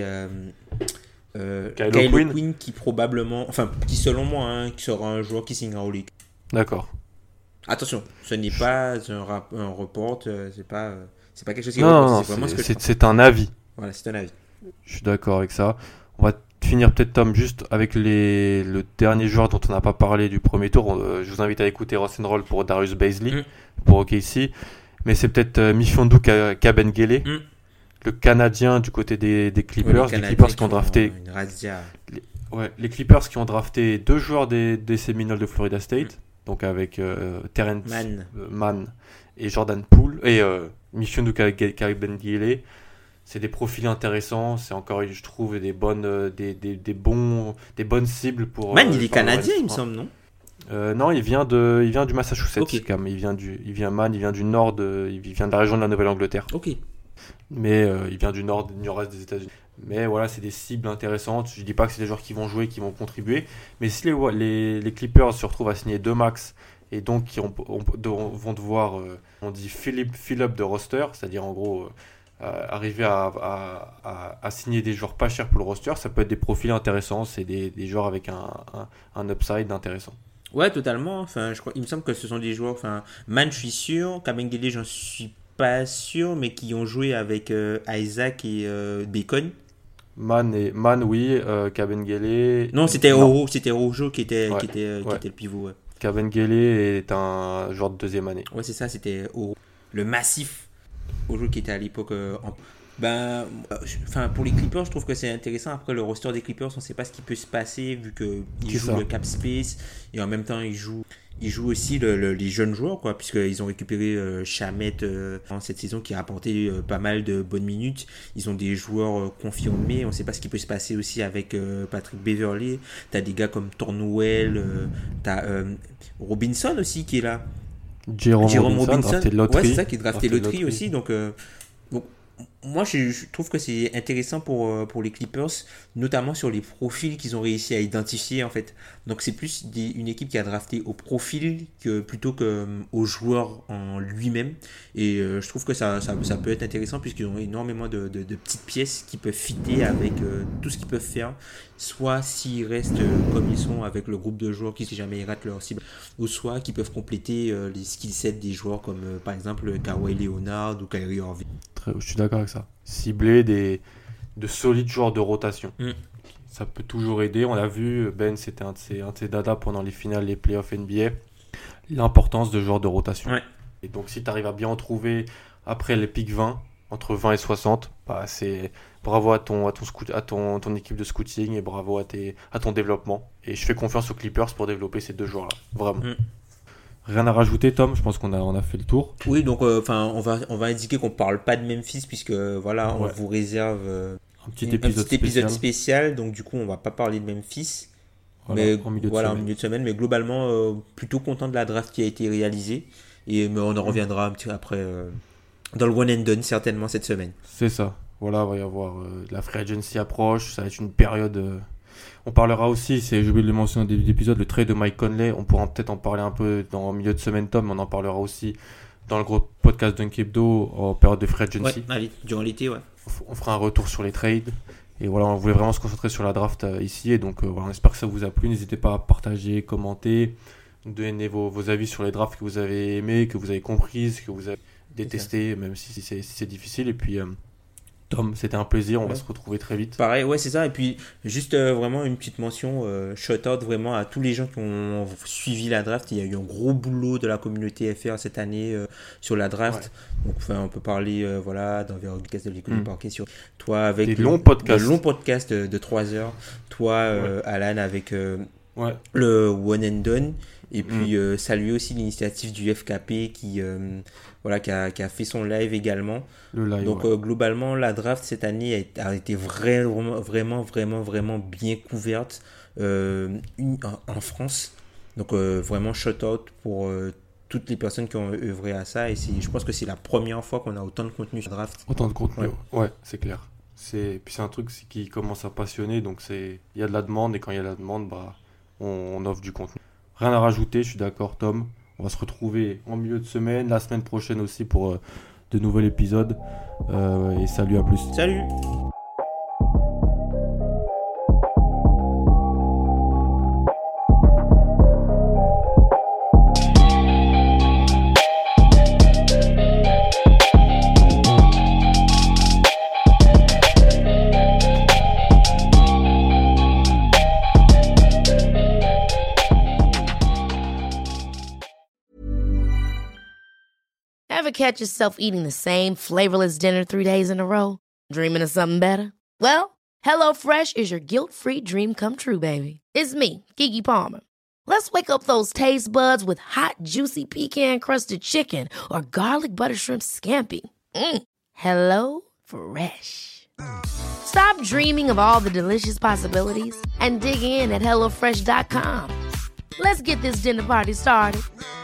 Kylo Quinn qui probablement, enfin, qui selon moi, hein, qui sera un joueur qui signera au League. D'accord. Attention, ce n'est pas un report, c'est pas quelque chose qui Non, c'est vraiment ce que je pense. c'est un avis. Voilà, c'est un avis. Je suis d'accord avec ça. On va finir peut-être, Tom, juste avec le dernier joueur dont on n'a pas parlé du premier tour. Je vous invite à écouter Ross and Roll pour Darius Bazley, pour OKC. Mais c'est peut-être Mifiondu Kabengele, le Canadien du côté des Clippers. Les Clippers qui ont drafté... Une razzia. les Clippers qui ont drafté 2 joueurs des Seminoles de Florida State. Donc avec Terrence Mann et Jordan Poole. Et Mifiondu Kabengele. C'est des profils intéressants, c'est encore, je trouve, des bonnes cibles pour. Man, il est canadien, il me semble, non? Non, il vient du Massachusetts. Okay. Il vient du nord, il vient de la région de la Nouvelle-Angleterre. Ok. Mais il vient du nord-est des États-Unis. Mais voilà, c'est des cibles intéressantes. Je dis pas que c'est des joueurs qui vont jouer, qui vont contribuer. Mais si les Clippers se retrouvent à signer 2 max et donc vont devoir, on dit fill up de roster, c'est-à-dire en gros arriver à signer des joueurs pas chers pour le roster, ça peut être des profils intéressants, c'est des joueurs avec un upside intéressant. Ouais, totalement. Enfin, il me semble que ce sont des joueurs. Enfin, Man, je suis sûr. Kabengele, j'en suis pas sûr, mais qui ont joué avec Isaac et Bacon. Man, oui. Kabengele. Non, c'était Rojo qui était le pivot. Ouais. Kabengele est un joueur de deuxième année. Ouais, c'est ça, c'était Oro. Le massif Rojo qui était à l'époque pour les Clippers, je trouve que c'est intéressant. Après, le roster des Clippers, on ne sait pas ce qui peut se passer vu qu'ils jouent le cap space et en même temps ils jouent aussi les jeunes joueurs, quoi, puisqu'ils ont récupéré Shamet en cette saison qui a apporté pas mal de bonnes minutes. Ils ont des joueurs confirmés. On ne sait pas ce qui peut se passer aussi avec Patrick Beverley. Tu as des gars comme Tornwell, tu as Robinson aussi qui est là. Jérôme Robinson, drafté de loterie. Ouais, c'est ça, qui est drafté loterie aussi. Donc moi, je trouve que c'est intéressant pour les Clippers, notamment sur les profils qu'ils ont réussi à identifier, en fait. Donc, c'est plus une équipe qui a drafté au profil plutôt qu'au joueur en lui-même. Et je trouve que ça peut être intéressant puisqu'ils ont énormément de petites pièces qui peuvent fitter avec tout ce qu'ils peuvent faire. Soit s'ils restent comme ils sont avec le groupe de joueurs qui, si jamais ils ratent leur cible, ou soit qui peuvent compléter les skill sets des joueurs comme par exemple Kawhi Leonard ou Kyrie Irving. Je suis d'accord avec ça. Cibler de solides joueurs de rotation. Ça peut toujours aider. On l'a vu, Ben, c'était un de ses dada pendant les finales, les playoffs NBA. L'importance de joueurs de rotation. Ouais. Et donc, si tu arrives à bien en trouver après les pics 20, entre 20 et 60, c'est bravo à ton équipe de scouting et bravo à ton développement. Et je fais confiance aux Clippers pour développer ces deux joueurs-là. Vraiment. Rien à rajouter, Tom? Je pense qu'on a fait le tour. Oui, donc on va indiquer qu'on ne parle pas de Memphis puisque voilà, on vous réserve un petit épisode spécial. Donc du coup, on ne va pas parler de Memphis. En milieu de semaine. Mais globalement, plutôt content de la draft qui a été réalisée. Mais on en reviendra un petit peu après dans le one and done certainement cette semaine. C'est ça. Voilà, il va y avoir la free agency approche. Ça va être une période... On parlera aussi, j'ai oublié de le mentionner au début de l'épisode, le trade de Mike Conley. On pourra peut-être en parler un peu dans le milieu de semaine, Tom, mais on en parlera aussi dans le gros podcast Dunk Hebdo en période de free agency. Ouais, durant l'été, ouais. On fera un retour sur les trades. Et voilà, on voulait vraiment se concentrer sur la draft ici. Et donc, voilà, on espère que ça vous a plu. N'hésitez pas à partager, commenter, donner vos avis sur les drafts que vous avez aimés, que vous avez comprises, que vous avez détestés, même si c'est difficile. Et puis... Tom, c'était un plaisir, on va se retrouver très vite. Pareil, ouais, c'est ça. Et puis, juste vraiment une petite mention, shout-out vraiment à tous les gens qui ont suivi la draft. Il y a eu un gros boulot de la communauté FR cette année sur la draft. Ouais. Donc, on peut parler d'envers le podcast de l'économie parquet sur toi avec des longs podcasts de 3 heures. Toi, Alan, avec le One and Done. Et puis, saluer aussi l'initiative du FKP qui a fait son live également. Le live, donc, globalement, la draft cette année a été vraiment bien couverte en France. Donc, vraiment, shout-out pour toutes les personnes qui ont œuvré à ça. Et je pense que c'est la première fois qu'on a autant de contenu sur la draft. Autant de contenu, ouais, c'est clair. Puis c'est un truc qui commence à passionner. Donc, il y a de la demande. Et quand il y a de la demande, on offre du contenu. Rien à rajouter, je suis d'accord, Tom. On va se retrouver en milieu de semaine, la semaine prochaine aussi pour de nouveaux épisodes. Et salut, à plus. Salut. Ever catch yourself eating the same flavorless dinner 3 days in a row? Dreaming of something better? Well, HelloFresh is your guilt-free dream come true, baby. It's me, Keke Palmer. Let's wake up those taste buds with hot, juicy pecan-crusted chicken or garlic butter shrimp scampi. Hello Fresh. Stop dreaming of all the delicious possibilities and dig in at HelloFresh.com. Let's get this dinner party started.